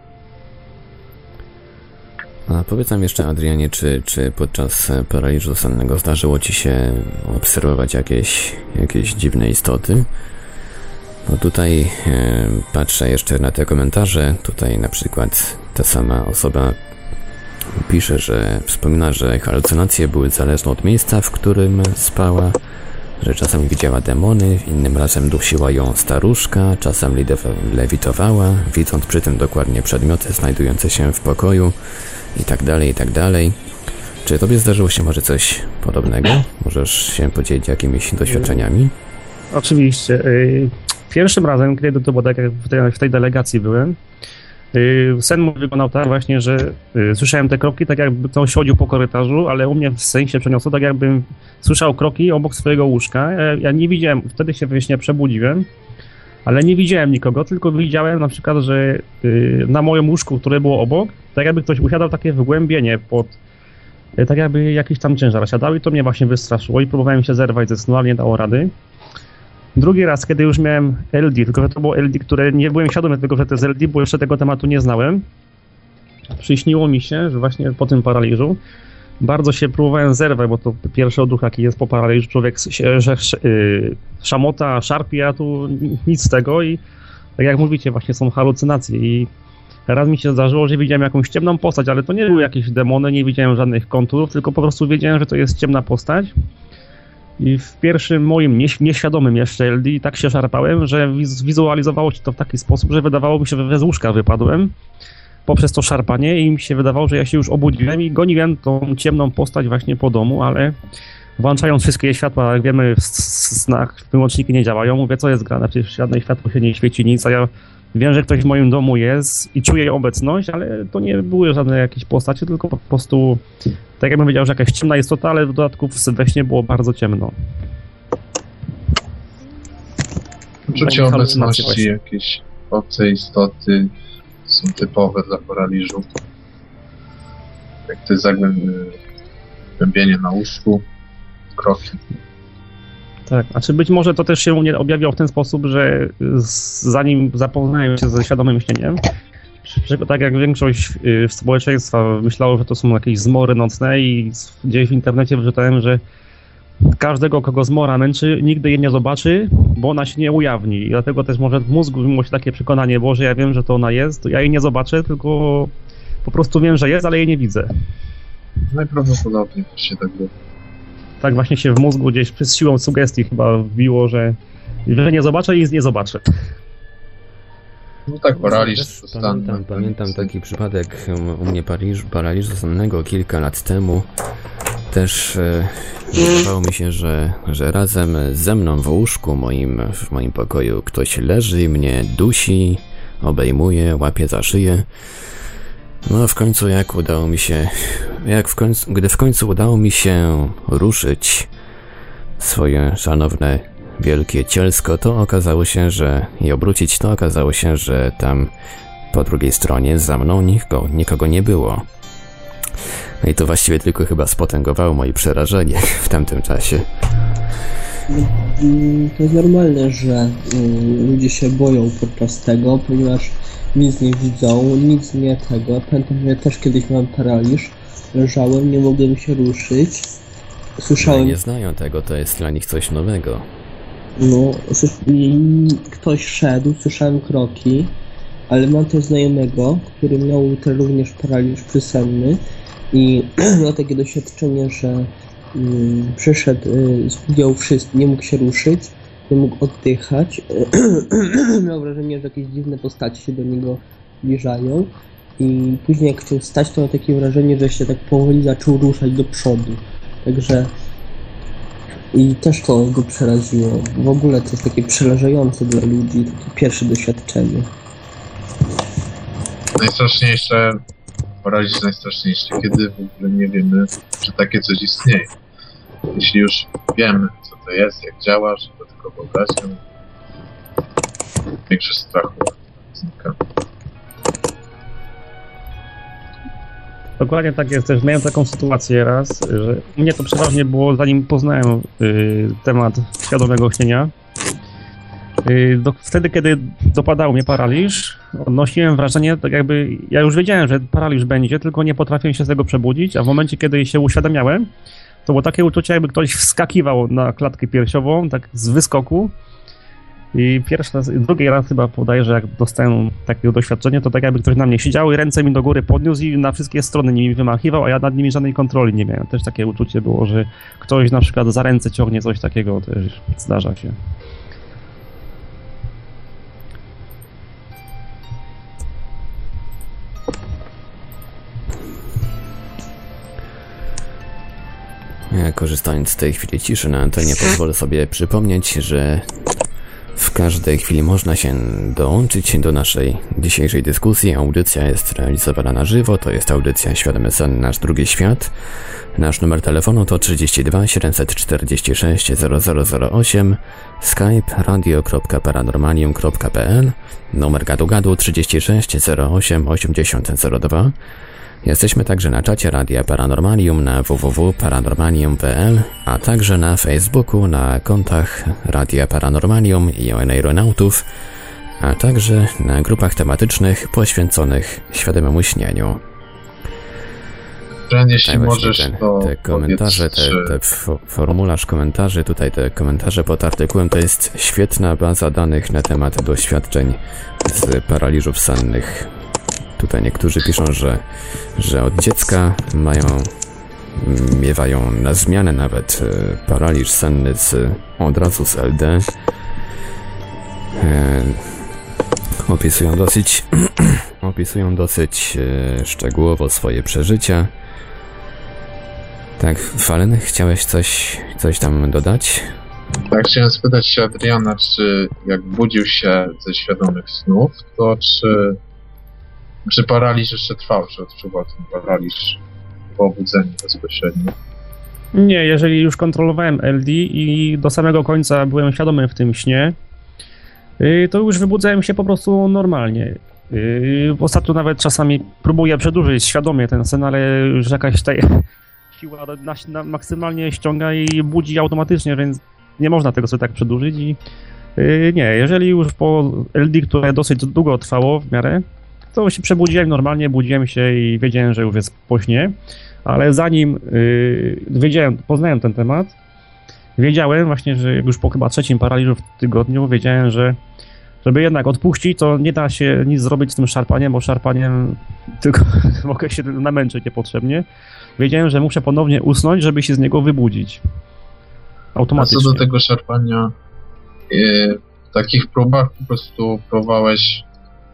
A powiedz nam jeszcze, Adrianie, czy podczas paraliżu sennego zdarzyło ci się obserwować jakieś dziwne istoty? No tutaj patrzę jeszcze na te komentarze. Tutaj na przykład ta sama osoba pisze, wspomina, że halucynacje były zależne od miejsca, w którym spała, że czasem widziała demony, innym razem dusiła ją staruszka, czasem lewitowała, widząc przy tym dokładnie przedmioty znajdujące się w pokoju i tak dalej, i tak dalej. Czy tobie zdarzyło się może coś podobnego? Możesz się podzielić jakimiś doświadczeniami? Oczywiście. Pierwszym razem, kiedy to było tak, jak w tej delegacji byłem, sen mój wyglądał tak właśnie, że słyszałem te kroki, tak jakby ktoś chodził po korytarzu, ale u mnie w sen się przeniosło, tak jakbym słyszał kroki obok swojego łóżka. Ja nie widziałem, wtedy się we śnie przebudziłem, ale nie widziałem nikogo, tylko widziałem na przykład, że na moim łóżku, które było obok, tak jakby ktoś usiadał takie wgłębienie tak jakby jakiś tam ciężar siadał i to mnie właśnie wystraszyło i próbowałem się zerwać ze snu, ale nie dało rady. Drugi raz, kiedy już miałem LD, tylko że to było LD, które nie byłem świadomy tego, że to jest LD, bo jeszcze tego tematu nie znałem. Przyśniło mi się, że właśnie po tym paraliżu bardzo się próbowałem zerwać, bo to pierwszy odruch, jaki jest po paraliżu, człowiek szamota, szarpie, a tu nic z tego i tak jak mówicie, właśnie są halucynacje i raz mi się zdarzyło, że widziałem jakąś ciemną postać, ale to nie były jakieś demony, nie widziałem żadnych konturów, tylko po prostu wiedziałem, że to jest ciemna postać. I w pierwszym moim nieświadomym jeszcze LD tak się szarpałem, że wizualizowało się to w taki sposób, że wydawało mi się, że z łóżka wypadłem poprzez to szarpanie i mi się wydawało, że ja się już obudziłem i goniłem tą ciemną postać właśnie po domu, ale włączając wszystkie światła, jak wiemy w snach wyłączniki nie działają, mówię, co jest grane, przecież żadne światło się nie świeci, nic, a ja wiem, że ktoś w moim domu jest i czuję jej obecność, ale to nie były żadne jakieś postacie, tylko po prostu, tak jakbym wiedział, że jakaś ciemna istota, ale w dodatku we śnie było bardzo ciemno. Uczucie obecności jakiejś obcej istoty są typowe dla paraliżu. Jak to jest zagłębienie na łóżku, kroki. Tak, a czy być może to też się u mnie objawiło w ten sposób, że zanim zapoznałem się ze świadomym śnieniem, tak jak większość społeczeństwa myślało, że to są jakieś zmory nocne i gdzieś w internecie wyczytałem, że każdego, kogo zmora męczy, nigdy jej nie zobaczy, bo ona się nie ujawni. I dlatego też może w mózgu miło się takie przekonanie, bo że ja wiem, że to ona jest, to ja jej nie zobaczę, tylko po prostu wiem, że jest, ale jej nie widzę. Najprawdopodobniej właśnie tak było. Tak właśnie się w mózgu gdzieś przez siłą sugestii chyba wbiło, że nie zobaczę i nie zobaczę. No tak, paraliż. Pamiętam taki przypadek u mnie paraliżu sennego kilka lat temu. Też wydawało mi się, że razem ze mną w łóżku w moim pokoju ktoś leży, mnie dusi, obejmuje, łapie za szyję. No w końcu gdy w końcu udało mi się ruszyć swoje szanowne wielkie cielsko, to okazało się, że tam po drugiej stronie za mną nikogo nie było. No i to właściwie tylko chyba spotęgowało moje przerażenie w tamtym czasie. To jest normalne, że ludzie się boją podczas tego, ponieważ nic nie widzą, nic nie tego. Pamiętam, że ja też kiedyś miałem paraliż, leżałem, nie mogłem się ruszyć. Słyszałem... No nie znają tego, to jest dla nich coś nowego. No, ktoś szedł, słyszałem kroki, ale mam też znajomego, który miał też również paraliż przysenny i miał takie doświadczenie, że przyszedł, zgubiał wszystko, nie mógł się ruszyć, nie mógł oddychać. Miał wrażenie, że jakieś dziwne postaci się do niego zbliżają i później jak chciał stać, to miał takie wrażenie, że się tak powoli zaczął ruszać do przodu. Także i też to go przeraziło. W ogóle to jest takie przerażające dla ludzi, takie pierwsze doświadczenie. Najstraszniejsze, porazić najstraszniejsze, kiedy w ogóle nie wiemy, że takie coś istnieje. Jeśli już wiemy, co to jest, jak działa, że to tylko wyobraźnią, większość strachu znika. Dokładnie tak jest też. Miałem taką sytuację raz, że u mnie to przeważnie było, zanim poznałem temat świadomego śnienia. Wtedy, kiedy dopadał mnie paraliż, odnosiłem wrażenie, tak jakby ja już wiedziałem, że paraliż będzie, tylko nie potrafiłem się z tego przebudzić, a w momencie, kiedy się uświadamiałem, to było takie uczucie, jakby ktoś wskakiwał na klatkę piersiową, tak z wyskoku. I drugi raz chyba podaję, że jak dostałem takiego doświadczenia, to tak jakby ktoś na mnie siedział i ręce mi do góry podniósł i na wszystkie strony nimi wymachiwał, a ja nad nimi żadnej kontroli nie miałem. Też takie uczucie było, że ktoś na przykład za ręce ciągnie, coś takiego też zdarza się. Ja, korzystając z tej chwili ciszy na antenie, pozwolę sobie przypomnieć, że w każdej chwili można się dołączyć do naszej dzisiejszej dyskusji. Audycja jest realizowana na żywo, to jest audycja Świadomy Sen, Nasz Drugi Świat. Nasz numer telefonu to 32 746 0008, skype radio.paranormalium.pl, numer gadu 36 08 8002. Jesteśmy także na czacie Radia Paranormalium na www.paranormalium.pl, a także na Facebooku, na kontach Radia Paranormalium i Aeronautów, a także na grupach tematycznych poświęconych świadomemu śnieniu. Jeśli możesz, te komentarze, formularz komentarzy, tutaj te komentarze pod artykułem, to jest świetna baza danych na temat doświadczeń z paraliżów sennych. Tutaj niektórzy piszą, że od dziecka miewają na zmianę nawet paraliż senny od razu z LD. Opisują dosyć szczegółowo swoje przeżycia. Tak, Fallen, chciałeś coś tam dodać? Tak, chciałem spytać się Adriana, czy jak budził się ze świadomych snów, to czy paraliż jeszcze trwał, czy odczuwał ten paraliż po obudzeniu bezpośrednio? Nie, jeżeli już kontrolowałem LD i do samego końca byłem świadomy w tym śnie, to już wybudzałem się po prostu normalnie. Ostatnio nawet czasami próbuję przedłużyć świadomie ten sen, ale już jakaś siła maksymalnie ściąga i budzi automatycznie, więc nie można tego sobie tak przedłużyć. I nie, jeżeli już po LD, które dosyć długo trwało w miarę, to się przebudziłem normalnie, budziłem się i wiedziałem, że już jest po śnie, ale zanim poznałem ten temat, wiedziałem właśnie, że już po chyba 3. paraliżu w tygodniu, wiedziałem, że żeby jednak odpuścić, to nie da się nic zrobić z tym szarpaniem, bo szarpaniem tylko mogę się namęczyć niepotrzebnie. Wiedziałem, że muszę ponownie usnąć, żeby się z niego wybudzić. Automatycznie. A co do tego szarpania, w takich próbach po prostu próbowałeś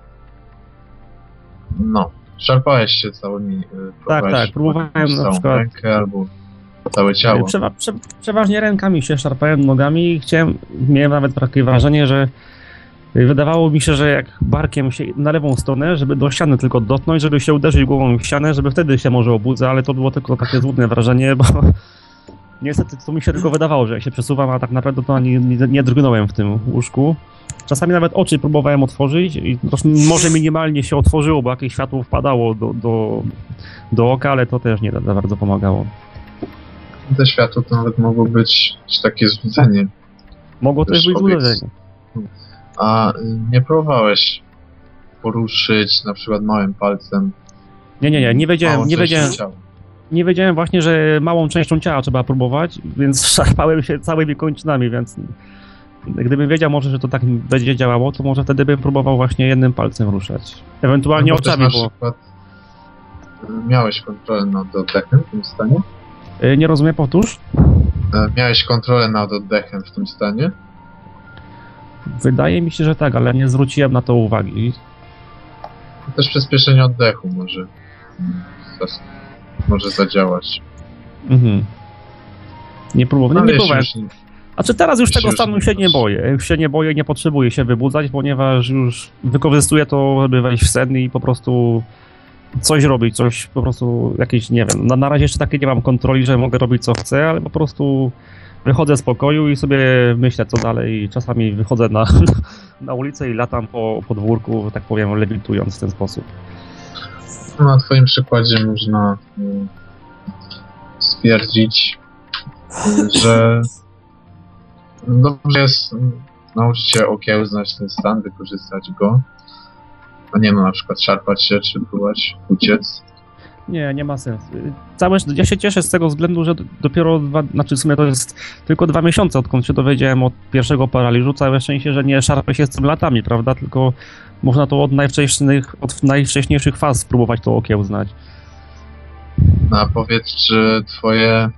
szarpałeś się całymi... Tak, próbowałem na przykład... rękę albo całe ciało. Przeważnie rękami się szarpałem, nogami. Miałem nawet takie wrażenie, że wydawało mi się, że jak barkiem się na lewą stronę, żeby do ściany tylko dotknąć, żeby się uderzyć głową w ścianę, żeby wtedy się może obudzę, ale to było tylko takie złudne wrażenie, bo Niestety to mi się tylko wydawało, że jak się przesuwam, a tak naprawdę to ani nie drgnąłem w tym łóżku. Czasami nawet oczy próbowałem otworzyć i może minimalnie się otworzyło, bo jakieś światło wpadało do oka, ale to też nie za bardzo pomagało. Te światło to nawet mogło być takie złudzenie. Mogło też być złudzenie. A nie próbowałeś poruszyć na przykład małym palcem? Nie wiedziałem właśnie, że małą częścią ciała trzeba próbować, więc szarpałem się całymi kończynami, więc gdybym wiedział może, że to tak będzie działało, to może wtedy bym próbował właśnie jednym palcem ruszać. Ewentualnie oczami, na przykład miałeś kontrolę nad oddechem w tym stanie? Nie rozumiem, powtórz? Miałeś kontrolę nad oddechem w tym stanie? Wydaje mi się, że tak, ale nie zwróciłem na to uwagi. Też przyspieszenie oddechu może zadziałać. Mhm. Nie próbowałem. A czy teraz już tego stanu się nie boję? Już się nie boję, nie potrzebuję się wybudzać, ponieważ już wykorzystuję to, żeby wejść w sen i po prostu coś robić, coś po prostu jakieś, nie wiem, na razie jeszcze takiej nie mam kontroli, że mogę robić co chcę, ale po prostu wychodzę z pokoju i sobie myślę co dalej. Czasami wychodzę na ulicę i latam po podwórku, że tak powiem, lewitując w ten sposób. Na twoim przykładzie można stwierdzić, że dobrze jest nauczyć się okiełznać ten stan, wykorzystać go, a nie na przykład szarpać się, czy próbować uciec. Nie ma sensu. Ja się cieszę z tego względu, że dopiero w sumie to jest tylko 2 miesiące, odkąd się dowiedziałem od pierwszego paraliżu. Całe szczęście, że nie szarpę się z tym latami, prawda? Tylko można to od najwcześniejszych faz spróbować to okiełznać. No a powiedz, czy twoje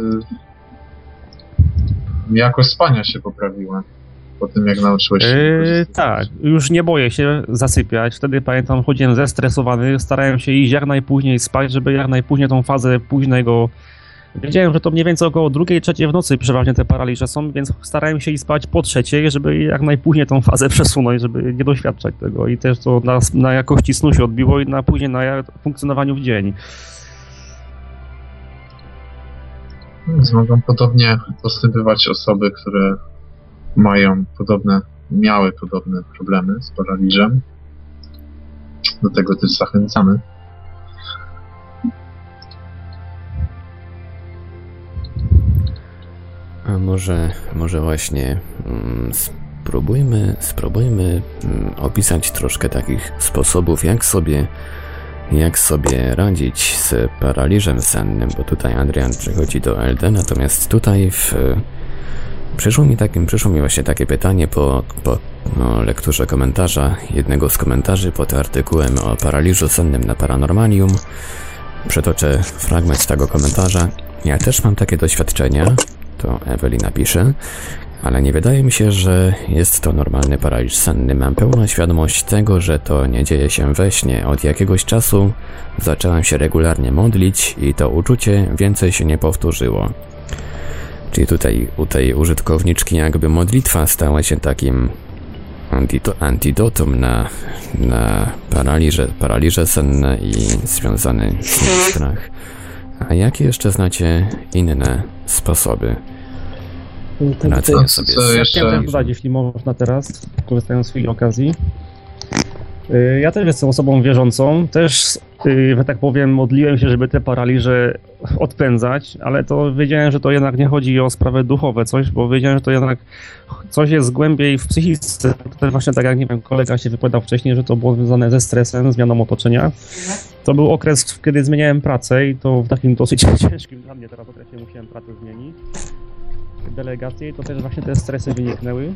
jakość spania się poprawiła po tym, jak nauczyłeś się tak, już nie boję się zasypiać. Wtedy pamiętam, chodziłem zestresowany, starałem się iść jak najpóźniej spać, żeby jak najpóźniej tą fazę późnego... Wiedziałem, że to mniej więcej około 2, 3 w nocy przeważnie te paraliże są, więc starałem się iść spać po 3, żeby jak najpóźniej tą fazę przesunąć, żeby nie doświadczać tego i też to na jakości snu się odbiło i później na funkcjonowaniu w dzień. Więc mogą podobnie postępować osoby, które miały podobne problemy z paraliżem. Do tego też zachęcamy. A może właśnie spróbujmy opisać troszkę takich sposobów, jak sobie radzić z paraliżem sennym, bo tutaj Adrian przechodzi do LD, natomiast tutaj przyszło mi właśnie takie pytanie po lekturze komentarza, jednego z komentarzy pod artykułem o paraliżu sennym na Paranormalium. Przytoczę fragment z tego komentarza. Ja też mam takie doświadczenia, to Ewelina pisze, ale nie wydaje mi się, że jest to normalny paraliż senny. Mam pełną świadomość tego, że to nie dzieje się we śnie. Od jakiegoś czasu zaczęłam się regularnie modlić i to uczucie więcej się nie powtórzyło. Czyli tutaj u tej użytkowniczki jakby modlitwa stała się takim antidotum na paraliże senne i związany z nim strach. A jakie jeszcze znacie inne sposoby radzenia sobie z... Chciałem dodać, jeśli można teraz, korzystając z chwili okazji. Ja też jestem osobą wierzącą, też, że tak powiem, modliłem się, żeby te paraliże odpędzać, ale to wiedziałem, że to jednak nie chodzi o sprawy duchowe bo wiedziałem, że to jednak coś jest głębiej w psychice. To też właśnie tak jak, nie wiem, kolega się wypowiadał wcześniej, że to było związane ze stresem, zmianą otoczenia. To był okres, kiedy zmieniałem pracę i to w takim dosyć ciężkim dla mnie teraz okresie musiałem pracę zmienić. Delegacje i to też właśnie te stresy wyniknęły.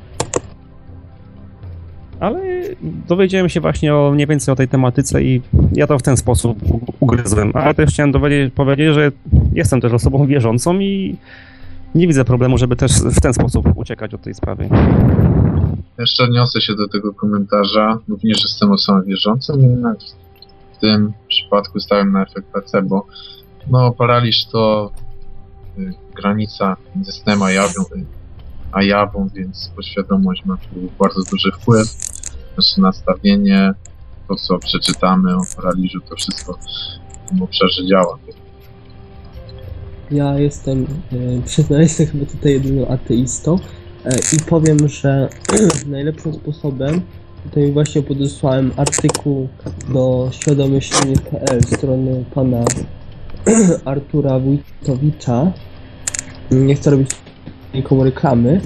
Ale dowiedziałem się właśnie mniej więcej o tej tematyce i ja to w ten sposób ugryzłem. Ale też chciałem powiedzieć, że jestem też osobą wierzącą i nie widzę problemu, żeby też w ten sposób uciekać od tej sprawy. Jeszcze odniosę się do tego komentarza. Również jestem osobą wierzącą, jednak w tym przypadku stałem na efekt placebo. No, paraliż to granica między snem a jawą, więc podświadomość ma tu bardzo duży wpływ. Nasze nastawienie, to co przeczytamy o paraliżu, to wszystko w tym obszarze działa. Ja jestem, przyznaję się, chyba tutaj jedyną ateistą i powiem, że najlepszym sposobem, tutaj właśnie podesłałem artykuł do świadomyślenie.pl strony pana Artura Wójtowicza. Nie chcę robić nikomu reklamy.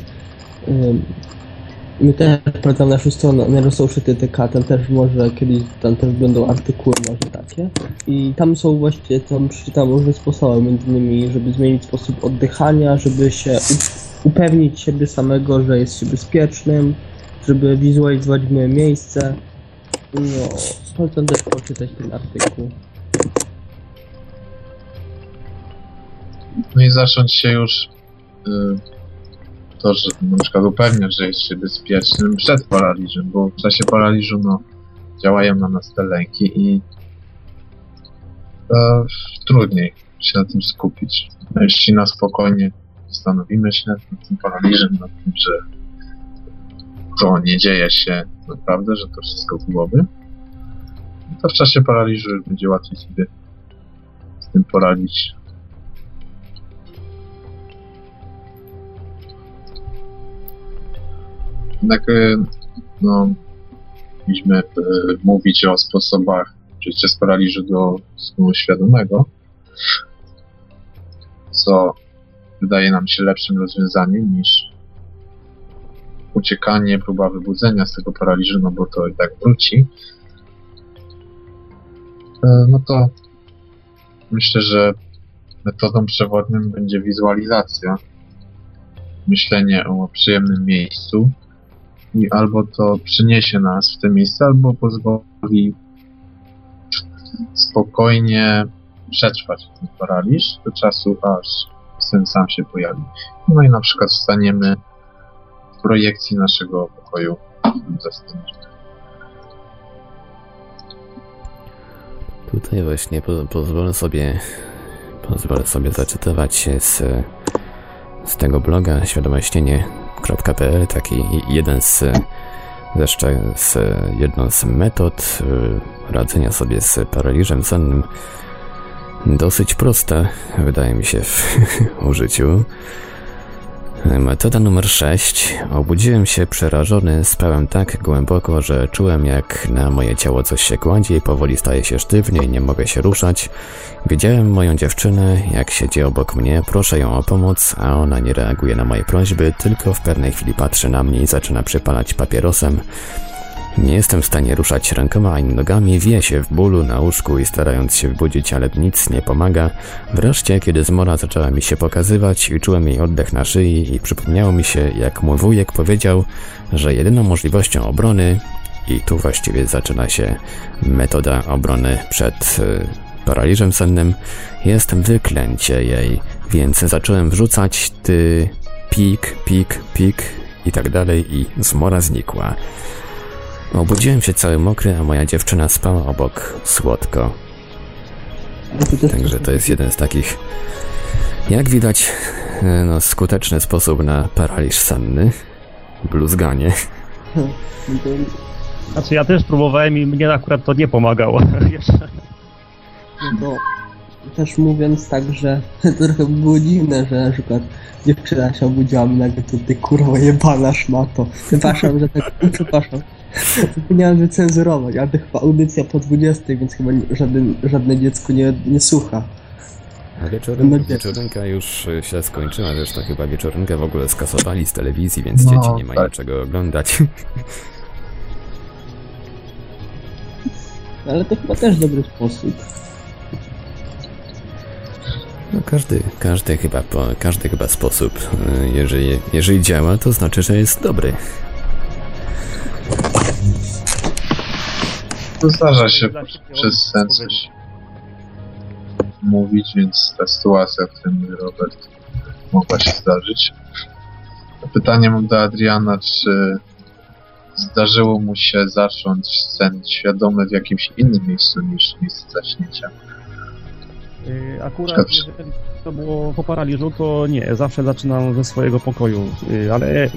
My też sprawdzamy naszą stronę Neurosociety.tk, tam też może kiedyś, tam też będą artykuły może takie. I tam są właśnie, tam przeczytam różne sposoby, między innymi, żeby zmienić sposób oddychania, żeby się upewnić siebie samego, że jest się bezpiecznym, żeby wizualizować moje miejsce. No, polecam też poczytać ten artykuł. No i zacząć się już to, że na przykład upewniać, że jest się bezpiecznym przed paraliżem, bo w czasie paraliżu działają na nas te lęki i trudniej się na tym skupić. A jeśli na spokojnie zastanowimy się nad tym paraliżem, nad tym, że to nie dzieje się naprawdę, że to wszystko w głowie, to w czasie paraliżu już będzie łatwiej sobie z tym poradzić. Jednak powinniśmy mówić o sposobach przejścia z paraliżu do stanu świadomego, co wydaje nam się lepszym rozwiązaniem niż uciekanie, próba wybudzenia z tego paraliżu, no bo to i tak wróci. No to myślę, że metodą przewodnią będzie wizualizacja, myślenie o przyjemnym miejscu i albo to przyniesie nas w te miejsce, albo pozwoli spokojnie przetrwać ten paraliż do czasu, aż sen sam się pojawi. No i na przykład wstaniemy w projekcji naszego pokoju zastępczego. Tutaj właśnie pozwolę sobie zacytować się z tego bloga świadomościenie.pl, taki jedną z metod radzenia sobie z paraliżem sennym. Dosyć prosta, wydaje mi się, w użyciu. Metoda numer 6. Obudziłem się przerażony, spałem tak głęboko, że czułem, jak na moje ciało coś się kładzie i powoli staje się sztywnie i nie mogę się ruszać. Widziałem moją dziewczynę, jak siedzi obok mnie, proszę ją o pomoc, a ona nie reaguje na moje prośby, tylko w pewnej chwili patrzy na mnie i zaczyna przypalać papierosem. Nie jestem w stanie ruszać rękoma ani nogami, wije się w bólu na łóżku i starając się wybudzić, ale nic nie pomaga. Wreszcie, kiedy zmora zaczęła mi się pokazywać i czułem jej oddech na szyi i przypomniało mi się, jak mój wujek powiedział, że jedyną możliwością obrony, i tu właściwie zaczyna się metoda obrony przed paraliżem sennym, jest wyklęcie jej, więc zacząłem wrzucać pik, pik, pik i tak dalej i zmora znikła. Obudziłem się cały mokry, a moja dziewczyna spała obok słodko. Także to jest jeden z takich, jak widać, skuteczny sposób na paraliż senny. Bluzganie. Znaczy ja też próbowałem i mnie akurat to nie pomagało. No to też mówiąc tak, że to trochę było dziwne, że na przykład dziewczyna się obudziła mi nagle to ty kurwa jebana szmato. Przepraszam, że tak, przepraszam. Zapomniałem wycenzurować, ale to chyba audycja po 20, więc chyba żadne dziecko nie słucha. A wieczorynka już się skończyła, zresztą chyba wieczorynkę w ogóle skasowali z telewizji, więc dzieci nie mają czego oglądać. Ale to chyba też dobry sposób. No każdy chyba sposób, jeżeli działa, to znaczy, że jest dobry. To zdarza się przez sen coś mówić, więc ta sytuacja, w której mówi Robert, mogła się zdarzyć. Pytanie mam do Adriana, czy zdarzyło mu się zacząć sen świadomy w jakimś innym miejscu niż miejsce zaśnięcia? Akurat jeżeli to było po paraliżu, to nie, zawsze zaczynam ze swojego pokoju, ale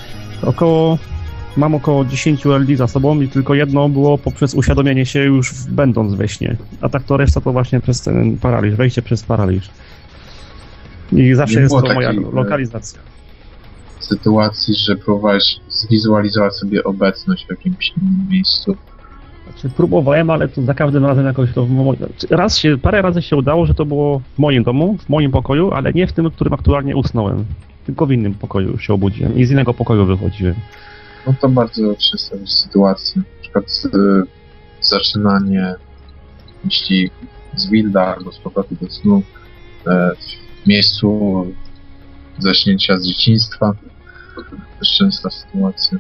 mam około 10 LD za sobą i tylko jedno było poprzez uświadomienie się już będąc we śnie, a tak to reszta to właśnie przez ten paraliż, wejście przez paraliż. I zawsze Nie jest było to moja takiej, lokalizacja. sytuacji, że próbowałeś zwizualizować sobie obecność w jakimś innym miejscu. Znaczy, próbowałem, ale to za każdym razem jakoś to... Parę razy się udało, że to było w moim domu, w moim pokoju, ale nie w tym, w którym aktualnie usnąłem. Tylko w innym pokoju się obudziłem i z innego pokoju wychodziłem. No to bardzo częsta sytuacja. Na przykład zaczynanie myśli z wilda albo z powrotu do snu w miejscu zaśnięcia z dzieciństwa. To też częsta sytuacja.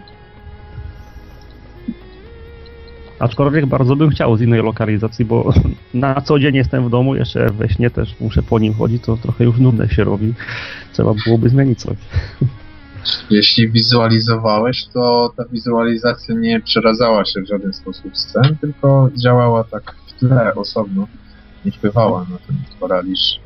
Aczkolwiek bardzo bym chciał z innej lokalizacji, bo na co dzień jestem w domu, jeszcze we śnie też muszę po nim chodzić, to trochę już nudne się robi. Trzeba byłoby zmienić coś. Jeśli wizualizowałeś, to ta wizualizacja nie przeradzała się w żaden sposób scen, tylko działała tak w tle osobno, nie wpływała na ten paraliż.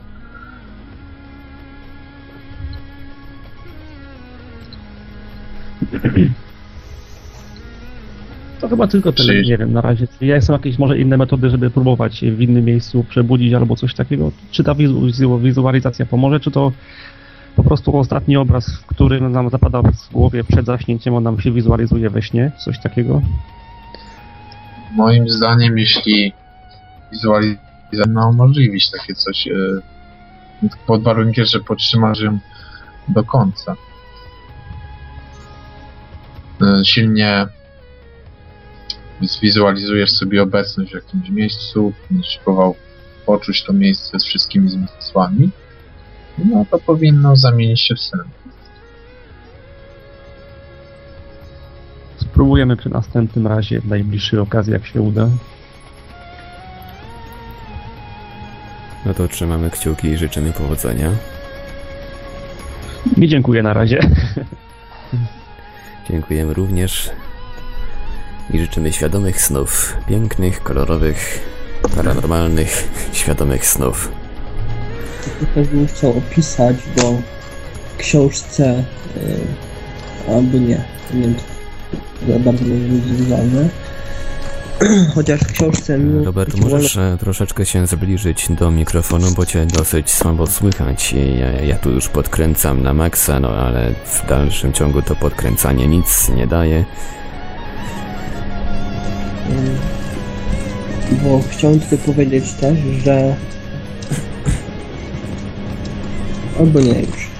To chyba tylko tyle, nie wiem, na razie. Ja są jakieś może inne metody, żeby próbować w innym miejscu przebudzić albo coś takiego? Czy ta wizualizacja pomoże, czy to po prostu ostatni obraz, który nam zapada w głowie przed zaśnięciem, on nam się wizualizuje we śnie? Coś takiego? Moim zdaniem, jeśli wizualizacja umożliwić takie coś, pod warunkiem, że podtrzymasz ją do końca. Silnie zwizualizujesz sobie obecność w jakimś miejscu, będziesz próbował poczuć to miejsce z wszystkimi zmysłami, no to powinno zamienić się w sen. Spróbujemy przy następnym razie, w najbliższej okazji, jak się uda. No to trzymamy kciuki i życzymy powodzenia. I dziękuję na razie. Dziękujemy również i życzymy świadomych snów. Pięknych, kolorowych, paranormalnych, świadomych snów. Też bym chciał opisać, bo w książce, albo nie wiem, to za bardzo może być wizualne. Chociaż w książce... Robert, możesz troszeczkę się zbliżyć do mikrofonu, bo cię dosyć słabo słychać. Ja tu już podkręcam na maksa, no ale w dalszym ciągu to podkręcanie nic nie daje. Bo chciałem tutaj powiedzieć też, że... Albo nie już.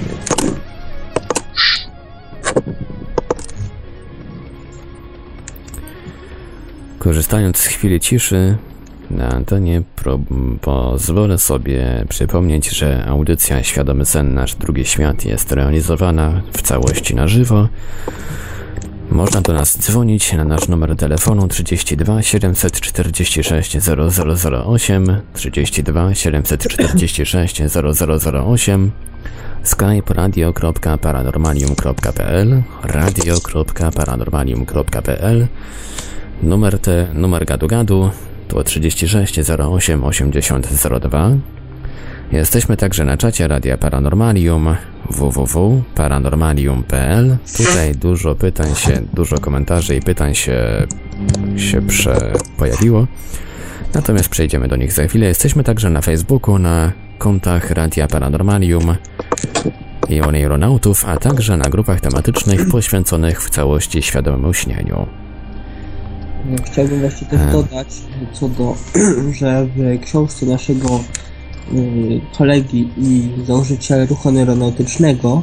Korzystając z chwili ciszy na antenie, pozwolę sobie przypomnieć, że audycja Świadomy Sen Nasz Drugi Świat jest realizowana w całości na żywo. Można do nas dzwonić na nasz numer telefonu 32 746 0008, 32 746 0008, skype radio.paranormalium.pl, radio.paranormalium.pl, numer gadu to 36 08 80 02. Jesteśmy także na czacie Radia Paranormalium www.paranormalium.pl. Tutaj dużo pytań dużo komentarzy i pytań się pojawiło. Natomiast przejdziemy do nich za chwilę. Jesteśmy także na Facebooku, na kontach Radia Paranormalium i Oneironautów, a także na grupach tematycznych poświęconych w całości świadomemu śnieniu. Chciałbym właśnie też dodać że w książce naszego kolegi i założyciela ruchu aeronautycznego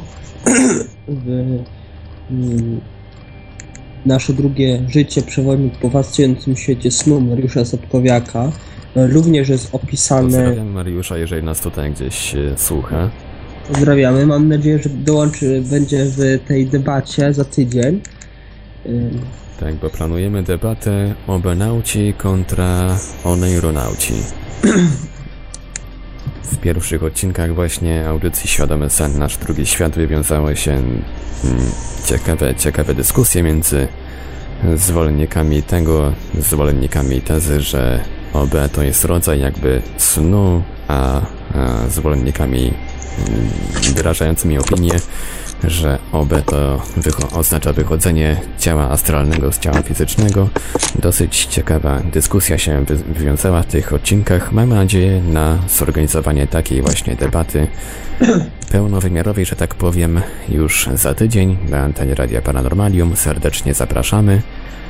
Nasze drugie życie, przewodnik po fascynującym świecie snu Mariusza Sapkowiaka również jest opisane... Pozdrawiam Mariusza, jeżeli nas tutaj gdzieś słucha. Pozdrawiamy, mam nadzieję, że będzie w tej debacie za tydzień. Tak, bo planujemy debatę obenauci kontra oneironauci. W pierwszych odcinkach właśnie audycji Świadomy Sen Nasz Drugi Świat wywiązały się ciekawe dyskusje między zwolennikami tezy, że OB to jest rodzaj jakby snu, a zwolennikami wyrażającymi opinię, że OB to oznacza wychodzenie ciała astralnego z ciała fizycznego. Dosyć ciekawa dyskusja się wywiązała w tych odcinkach. Mamy nadzieję na zorganizowanie takiej właśnie debaty pełnowymiarowej, że tak powiem, już za tydzień na antenie Radia Paranormalium. Serdecznie zapraszamy.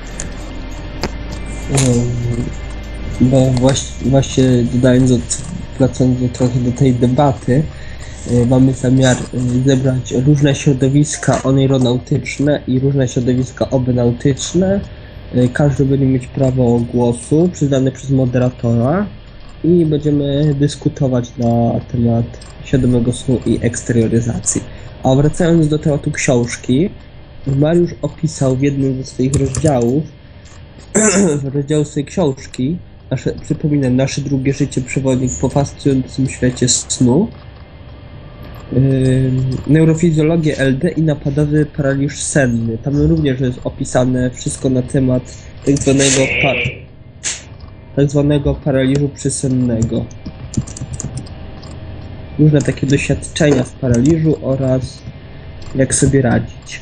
Bo właśnie wracając trochę do tej debaty, mamy zamiar zebrać różne środowiska oneironautyczne i różne środowiska obenautyczne. Każdy będzie mieć prawo głosu przyznane przez moderatora i będziemy dyskutować na temat świadomego snu i eksterioryzacji. A wracając do tematu książki, Mariusz opisał w jednym ze swoich rozdziałów swojej książki, przypominam, Nasze drugie życie, przewodnik po fascynującym świecie snu, neurofizjologię LD i napadowy paraliż senny. Tam również jest opisane wszystko na temat tak zwanego paraliżu przysennego. Różne takie doświadczenia w paraliżu oraz jak sobie radzić.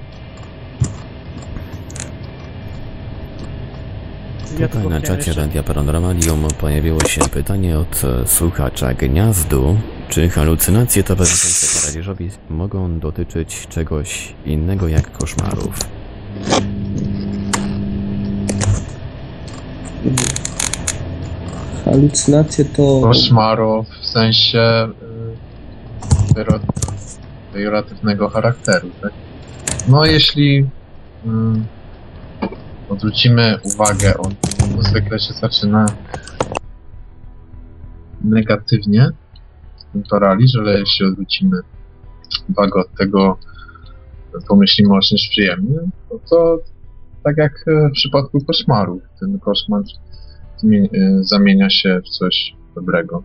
Tutaj na czacie Radia Paranormalium pojawiło się pytanie od słuchacza Gniazdu. Czy halucynacje towarzyszące paraliżowi mogą dotyczyć czegoś innego jak koszmarów? Halucynacje to... Koszmarów w sensie pejoratywnego charakteru, tak? No jeśli odwrócimy uwagę, on zwykle się zaczyna negatywnie, ten paraliż, ale jeśli odwrócimy uwagę od tego, pomyślimy o czymś przyjemnym, to tak jak w przypadku koszmarów, ten koszmar zamienia się w coś dobrego.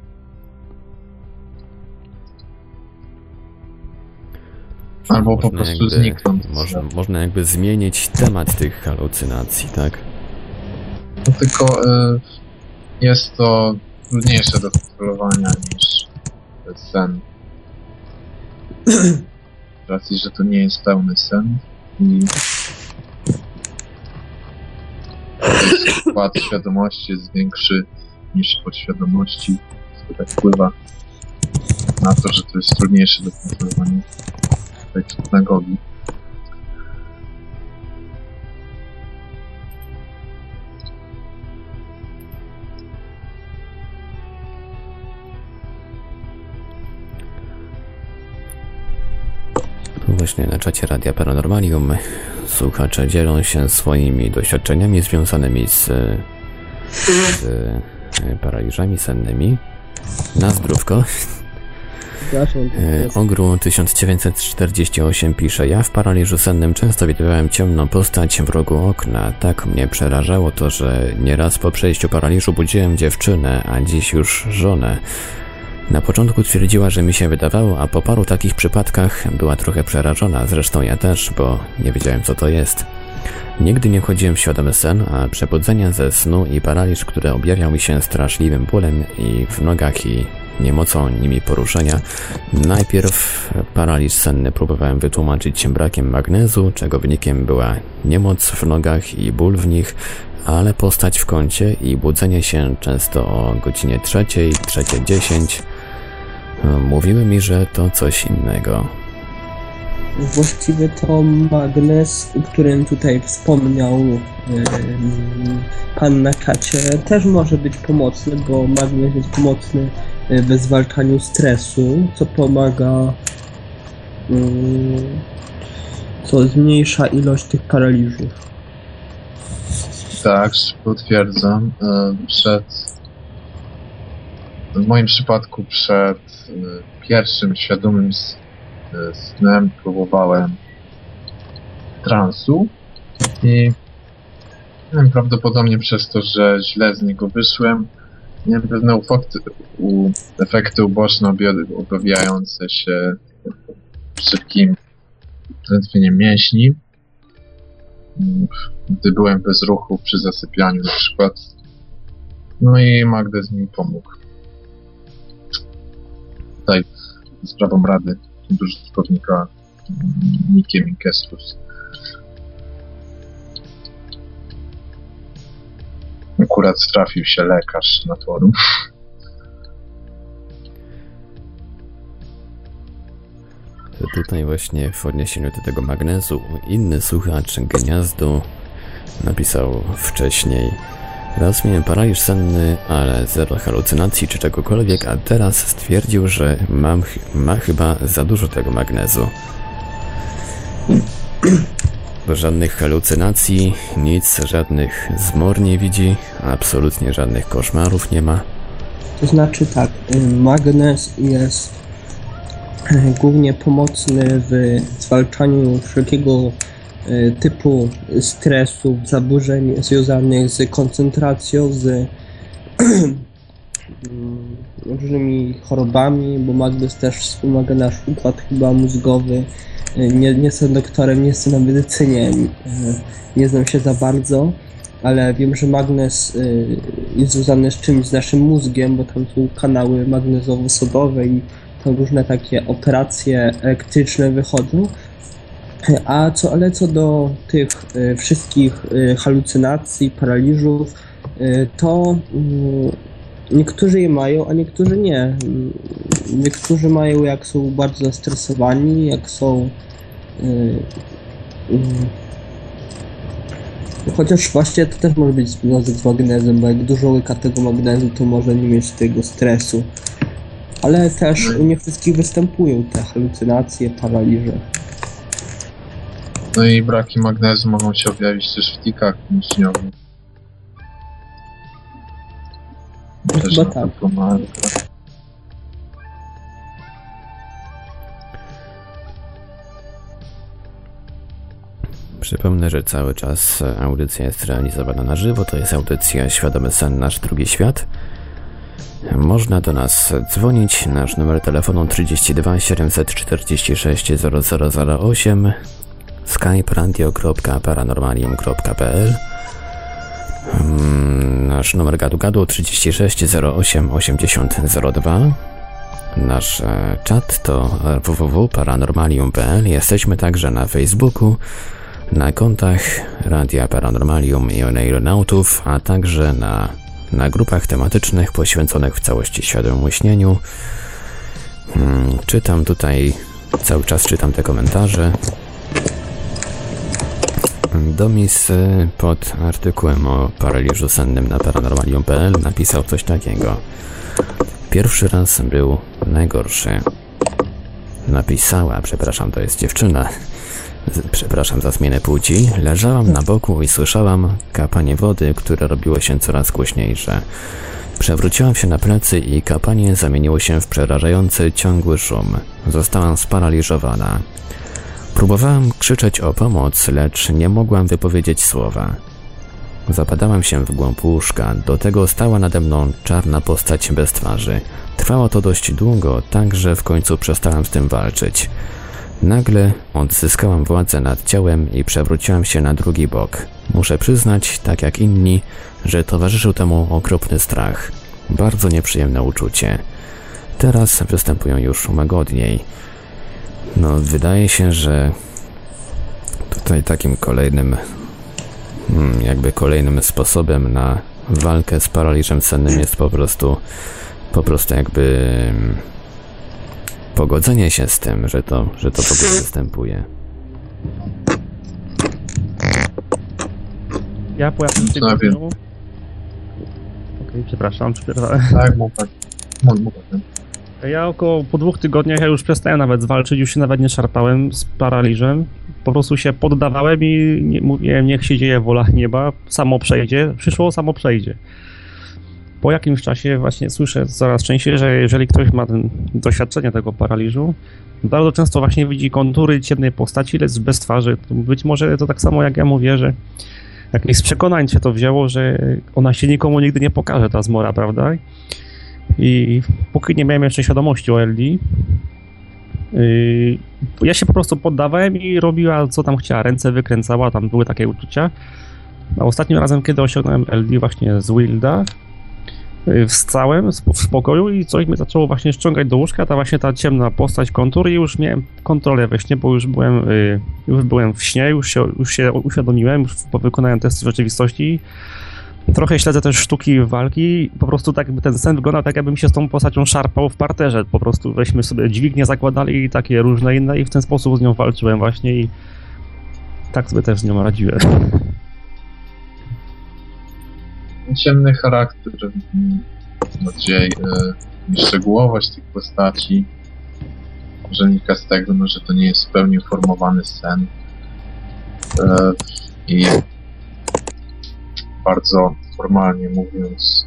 Albo po prostu zniknąć. Można jakby zmienić temat tych halucynacji, tak? No tylko jest to trudniejsze do kontrolowania niż sen. Z racji, że to nie jest pełny sen i skład świadomości jest większy niż podświadomości, co tak wpływa na to, że to jest trudniejsze do kontrolowania. Tak synagogi. Właśnie na czacie Radia Paranormalium słuchacze dzielą się swoimi doświadczeniami związanymi z paraliżami sennymi. Na zdrówko. Ogru 1948 pisze: ja w paraliżu sennym często widywałem ciemną postać w rogu okna. Tak mnie przerażało to, że nieraz po przejściu paraliżu budziłem dziewczynę, a dziś już żonę. Na początku twierdziła, że mi się wydawało, a po paru takich przypadkach była trochę przerażona, zresztą ja też, bo nie wiedziałem co to jest. Nigdy nie wchodziłem w świadomy sen, a przebudzenia ze snu i paraliż, który objawiał mi się straszliwym bólem i w nogach i niemocą nimi poruszenia. Najpierw paraliż senny próbowałem wytłumaczyć brakiem magnezu, czego wynikiem była niemoc w nogach i ból w nich, ale postać w kącie i budzenie się często o godzinie 3:10 mówiły mi, że to coś innego. Właściwie to magnez, o którym tutaj wspomniał pan na czacie, też może być pomocny, bo magnez jest pomocny w zwalczaniu stresu, co pomaga, co zmniejsza ilość tych paraliżów. Tak, potwierdzam. W moim przypadku przed pierwszym świadomym snem próbowałem transu i prawdopodobnie przez to, że źle z niego wyszłem, miałem pewne efekty uboczne objawiające się szybkim drętwieniem mięśni, gdy byłem bez ruchu przy zasypianiu na przykład. No i magnez mi pomógł. Tutaj z sprawą rady użytkownika nikiem Ikestus. Akurat trafił się lekarz na forum. Tutaj właśnie w odniesieniu do tego magnezu inny słuchacz Gniazdo napisał wcześniej: raz miałem paraliż senny, ale zero halucynacji czy czegokolwiek, a teraz stwierdził, że ma chyba za dużo tego magnezu. Żadnych halucynacji, nic, żadnych zmor nie widzi, absolutnie żadnych koszmarów nie ma. To znaczy tak, magnez jest głównie pomocny w zwalczaniu wszelkiego typu stresów, zaburzeń związanych z koncentracją, z różnymi chorobami, bo magnez też wspomaga nasz układ chyba mózgowy. Nie jestem doktorem, nie jestem na medycynie, nie znam się za bardzo, ale wiem, że magnez jest związany z czymś, z naszym mózgiem, bo tam są kanały magnezowo-sodowe i tam różne takie operacje elektryczne wychodzą. Ale co do tych wszystkich halucynacji, paraliżów, to niektórzy je mają, a niektórzy nie. Niektórzy mają, jak są bardzo zestresowani, jak są... Chociaż właśnie to też może być związek z magnezem, bo jak dużo łyka tego magnezu, to może nie mieć tego stresu. Ale też u nie wszystkich występują te halucynacje, paraliże. No i braki magnezu mogą się objawić też w tikach mięśniowych. Też Chyba tak. Pomaga. Przypomnę, że cały czas audycja jest realizowana na żywo. To jest audycja Świadomy Sen, Nasz Drugi Świat. Można do nas dzwonić. Nasz numer telefonu 32 746 0008, skype radio.paranormalium.pl, nasz numer gadu 36 08 80 02. Nasz czat to www.paranormalium.pl. Jesteśmy także na Facebooku, na kontach Radia Paranormalium i Oneironautów, a także na grupach tematycznych poświęconych w całości świadomemu śnieniu. Czytam tutaj, cały czas czytam te komentarze. Domis pod artykułem o paraliżu sennym na paranormalium.pl napisał coś takiego: pierwszy raz był najgorszy. Napisała, przepraszam, to jest dziewczyna, przepraszam za zmianę płci. Leżałam na boku i słyszałam kapanie wody, które robiło się coraz głośniejsze. Przewróciłam się na plecy i kapanie zamieniło się w przerażający, ciągły szum. Zostałam sparaliżowana. Próbowałam krzyczeć o pomoc, lecz nie mogłam wypowiedzieć słowa. Zapadałam się w głąb łóżka, do tego stała nade mną czarna postać bez twarzy. Trwało to dość długo, tak że w końcu przestałam z tym walczyć. Nagle odzyskałam władzę nad ciałem i przewróciłam się na drugi bok. Muszę przyznać, tak jak inni, że towarzyszył temu okropny strach. Bardzo nieprzyjemne uczucie. Teraz występują już łagodniej. No, wydaje się, że tutaj takim kolejnym sposobem na walkę z paraliżem sennym jest po prostu jakby pogodzenie się z tym, że to w ogóle występuje. Ja po jakimś tygodniu... Okej, przepraszam. Tak, mógł. Ja po 2 tygodniach już przestałem nawet walczyć, już się nawet nie szarpałem z paraliżem. Po prostu się poddawałem i mówiłem, niech się dzieje wola nieba, samo przejdzie. Przyszło, samo przejdzie. Po jakimś czasie właśnie słyszę coraz częściej, że jeżeli ktoś ma doświadczenie tego paraliżu, bardzo często właśnie widzi kontury ciemnej postaci, lecz bez twarzy. Być może to tak samo jak ja mówię, że jakieś z przekonań się to wzięło, że ona się nikomu nigdy nie pokaże, ta zmora, prawda? I póki nie miałem jeszcze świadomości o Eldi, ja się po prostu poddawałem i robiła co tam chciała, ręce wykręcała, tam były takie uczucia. A ostatnim razem, kiedy osiągnąłem Eldi właśnie z Wilda, wstałem w pokoju i coś mnie zaczęło właśnie ściągać do łóżka, ta ciemna postać, kontur i już miałem kontrolę we śnie, bo już byłem w śnie, już się uświadomiłem, już wykonałem testy rzeczywistości. Trochę śledzę też sztuki walki, po prostu tak jakby ten sen wygląda tak, jakbym się z tą postacią szarpał w parterze, po prostu weźmy sobie dźwignię zakładali i takie różne inne i w ten sposób z nią walczyłem właśnie i tak sobie też z nią radziłem. Ciemny charakter, bardziej szczegółowość tych postaci, może wynika z tego, no, że to nie jest w pełni uformowany sen i bardzo formalnie mówiąc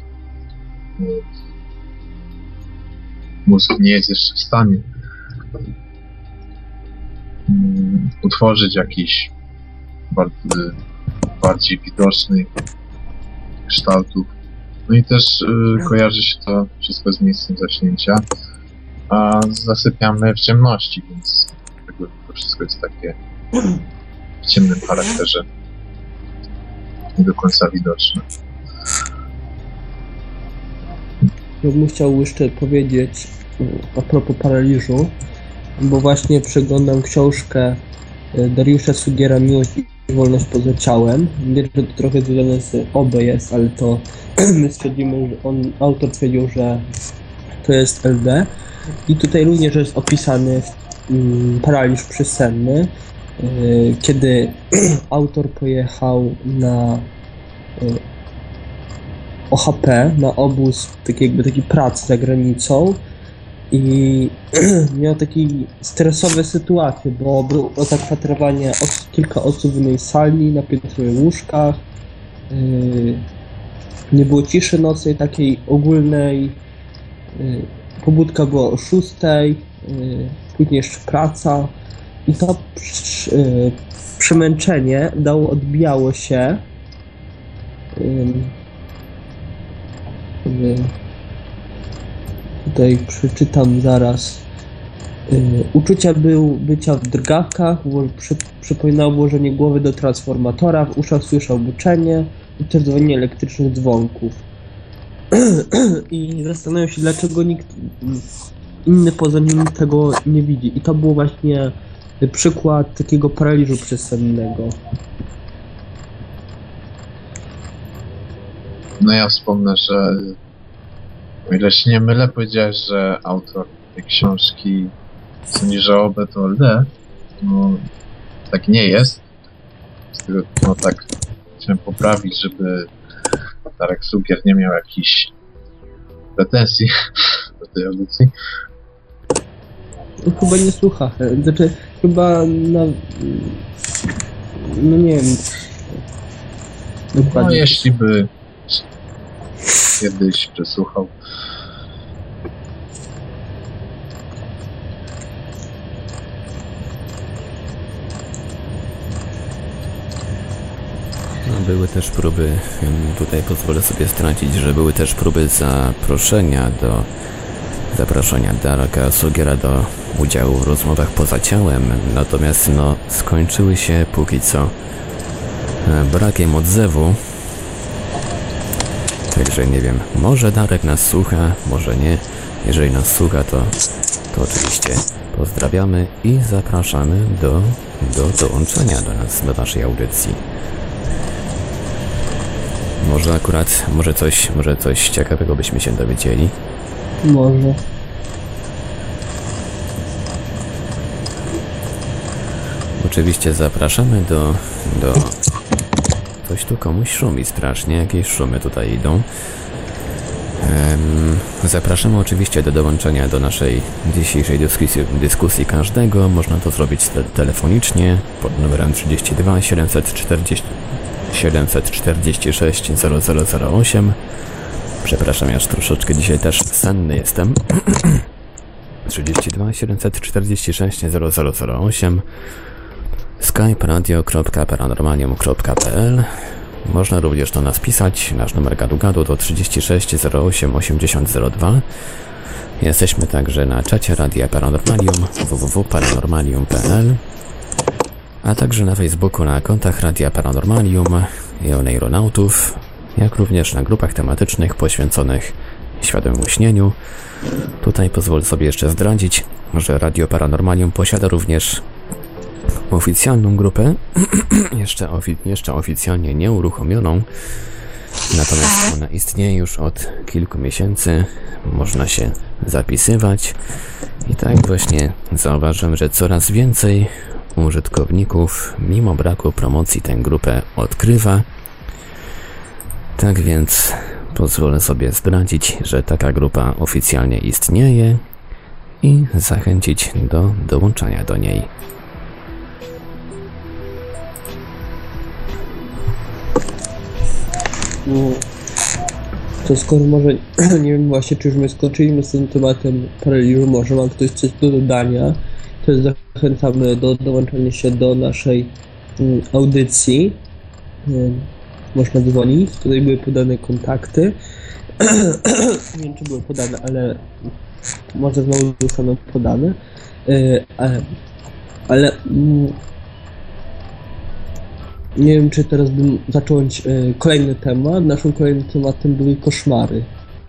mózg nie jest jeszcze w stanie utworzyć jakichś bardziej widocznych kształtów. No i też kojarzy się to wszystko z miejscem zaśnięcia, a zasypiamy w ciemności, więc to wszystko jest takie w ciemnym charakterze nie do końca widoczne. Ja bym chciał jeszcze powiedzieć a propos paraliżu, bo właśnie przeglądam książkę Dariusza Sugiera Miłość i wolność poza ciałem. Wiem, że to trochę związane z OB jest, ale to my stwierdzimy, że autor stwierdził, że to jest LD. I tutaj również jest opisany paraliż przesenny, kiedy autor pojechał na OHP, na obóz taki pracy za granicą i miał takie stresowe sytuacje, bo było zakwaterowanie kilka osób w jednej sali, na 5 łóżkach, nie było ciszy nocnej takiej ogólnej, pobudka była o 6, później jeszcze praca i to przemęczenie odbijało się tutaj przeczytam zaraz. Uczucia bycia w drgawkach, przypominało włożenie głowy do transformatora, w uszach słyszał buczenie i też dzwonienie elektrycznych dzwonków. I zastanawiam się, dlaczego nikt inny poza nim tego nie widzi. I to był właśnie przykład takiego paraliżu przesennego. No ja wspomnę, że o ile się nie mylę, powiedziałeś, że autor tej książki sądzi, że OB to LD. No tak nie jest. Z tego no tak chciałem poprawić, żeby Darek Sugier nie miał jakichś pretensji do tej audycji. Chyba nie słucha. Znaczy chyba no nie wiem. Dokładnie. No jeśli by kiedyś przesłuchał. Były też próby, tutaj pozwolę sobie stracić, że były też próby zaproszenia Darka Sugiera do udziału w rozmowach poza ciałem, natomiast no skończyły się póki co brakiem odzewu. Także nie wiem, może Darek nas słucha, może nie. Jeżeli nas słucha, to oczywiście pozdrawiamy i zapraszamy do dołączenia do nas, do naszej audycji. Może coś ciekawego byśmy się dowiedzieli. Może. Oczywiście zapraszamy do... Coś tu komuś szumi strasznie, jakieś szumy tutaj idą. Zapraszamy oczywiście do dołączenia do naszej dzisiejszej dyskusji każdego. Można to zrobić telefonicznie pod numerem 32 746 0008. Przepraszam, ja już troszeczkę dzisiaj też senny jestem. 32 746 0008. Skype radio.paranormalium.pl. Można również do nas pisać. Nasz numer gadu to 36 08 8002. Jesteśmy także na czacie Radia Paranormalium www.paranormalium.pl, a także na Facebooku na kontach Radia Paranormalium i Oneironautów, jak również na grupach tematycznych poświęconych świadomym śnieniu. Tutaj pozwolę sobie jeszcze zdradzić, że Radio Paranormalium posiada również oficjalną grupę, jeszcze oficjalnie nieuruchomioną, natomiast ona istnieje już od kilku miesięcy, można się zapisywać i tak właśnie zauważyłem, że coraz więcej użytkowników mimo braku promocji tę grupę odkrywa. Tak więc pozwolę sobie zdradzić, że taka grupa oficjalnie istnieje i zachęcić do dołączania do niej. No, to skoro może, nie wiem właśnie, czy już my skończyliśmy z tym tematem paraliżu, może mam ktoś coś do dodania, to zachęcamy do dołączenia się do naszej audycji. Można dzwonić, tutaj były podane kontakty. Nie wiem, czy były podane, ale może znowu zostaną podane. Ale nie wiem, czy teraz bym zacząć kolejny temat. Naszym kolejnym tematem były koszmary.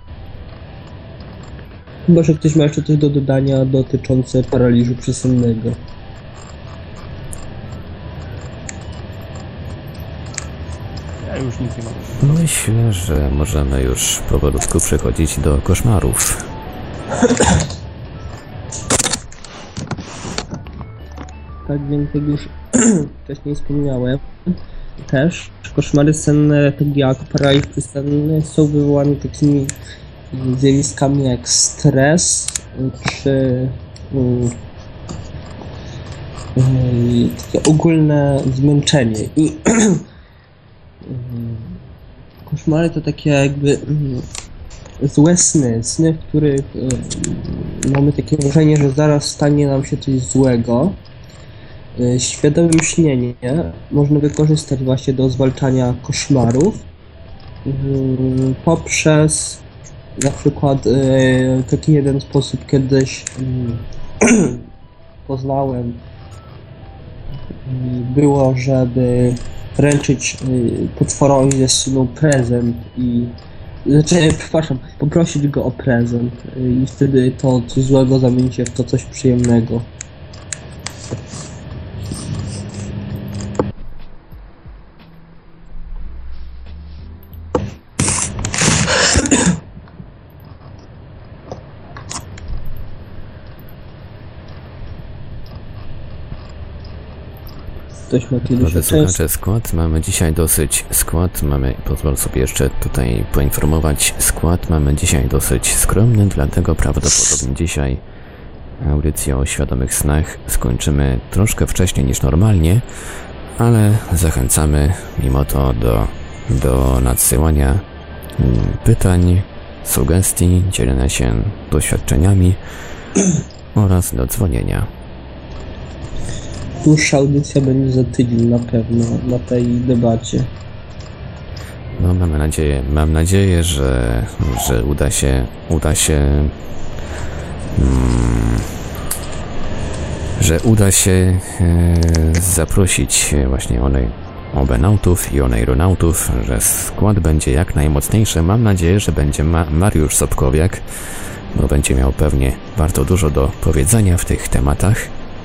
Chyba, że ktoś ma jeszcze coś do dodania dotyczące paraliżu przesennego. Ja już nic nie mam. Myślę, że możemy już powolutku przechodzić do koszmarów. Tak więc, jak już wcześniej wspomniałem, też koszmary senne, tak jak paraliż przesenny, są wywołane takimi zjawiskami jak stres, czy takie ogólne zmęczenie. I koszmary to takie jakby złe sny, w których mamy takie wrażenie, że zaraz stanie nam się coś złego. Świadome śnienie można wykorzystać właśnie do zwalczania koszmarów poprzez na przykład taki jeden sposób kiedyś poznałem, było, żeby wręczyć potworowi ze snu prezent i poprosić go o prezent i wtedy to coś złego zamieni się w to coś przyjemnego. Ktoś ma kiedyś Drodzy słuchacze, pozwolę sobie jeszcze tutaj poinformować, skład mamy dzisiaj dosyć skromny, dlatego prawdopodobnie dzisiaj audycję o świadomych snach skończymy troszkę wcześniej niż normalnie, ale zachęcamy mimo to do nadsyłania pytań, sugestii, dzielenia się doświadczeniami oraz do dzwonienia. Dłuższa audycja będzie za tydzień na pewno na tej debacie. No mam nadzieję, że uda się zaprosić właśnie obenautów i oneironautów, że skład będzie jak najmocniejszy. Mam nadzieję, że będzie Mariusz Sobkowiak, bo będzie miał pewnie bardzo dużo do powiedzenia w tych tematach.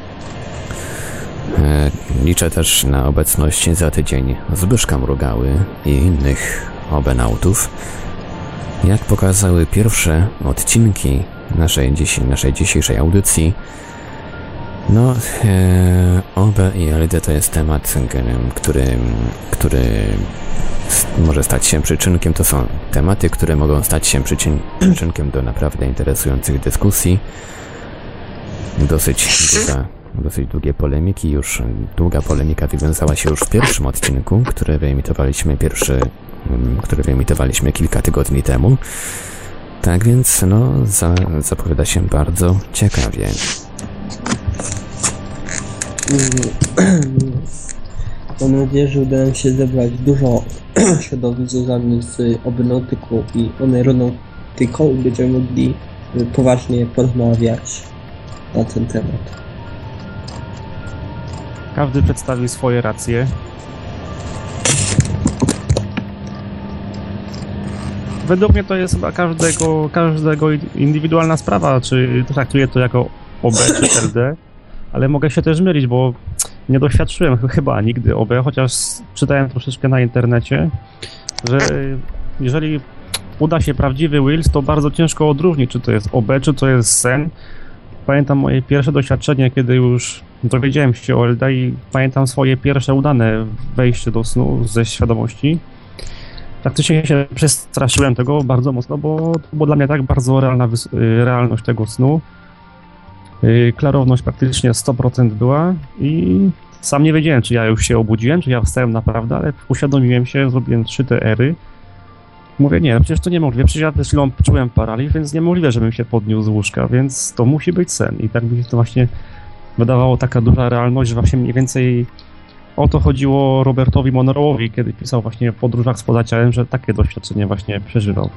Liczę też na obecność za tydzień Zbyszka Mrugały i innych obenautów. Jak pokazały pierwsze odcinki naszej dzisiejszej audycji, no, OB i LD to jest temat, który może stać się przyczynkiem, to są tematy, które mogą stać się przyczynkiem do naprawdę interesujących dyskusji. Dosyć długie polemiki, długa polemika wywiązała się już w pierwszym odcinku, który wyemitowaliśmy kilka tygodni temu. Tak więc, no, zapowiada się bardzo ciekawie. Mam nadzieję, że uda nam się zebrać dużo środowisk związanych z obenautyką i oneironautyką i będziemy mogli poważnie porozmawiać na ten temat. Każdy przedstawił swoje racje. według mnie to jest chyba każdego indywidualna sprawa, czy traktuję to jako OB czy LD, ale mogę się też mylić, bo nie doświadczyłem chyba nigdy OB, chociaż czytałem troszeczkę na internecie, że jeżeli uda się prawdziwy Wills, to bardzo ciężko odróżnić, czy to jest OB, czy to jest sen. Pamiętam moje pierwsze doświadczenie, kiedy już dowiedziałem się o LD i pamiętam swoje pierwsze udane wejście do snu ze świadomości. Praktycznie się przestraszyłem tego bardzo mocno, bo to była dla mnie tak bardzo realność tego snu. Klarowność praktycznie 100% była i sam nie wiedziałem, czy ja już się obudziłem, czy ja wstałem naprawdę, ale uświadomiłem się, zrobiłem 3 TR-y. Mówię, nie, no przecież to niemożliwe, przecież ja też chwilą czułem paraliż, więc niemożliwe, żebym się podniósł z łóżka, więc to musi być sen. I tak mi się to właśnie wydawało taka duża realność, że właśnie mniej więcej o to chodziło Robertowi Monroe'owi, kiedy pisał właśnie w Podróżach z pozaciałem, że takie doświadczenie właśnie przeżywał.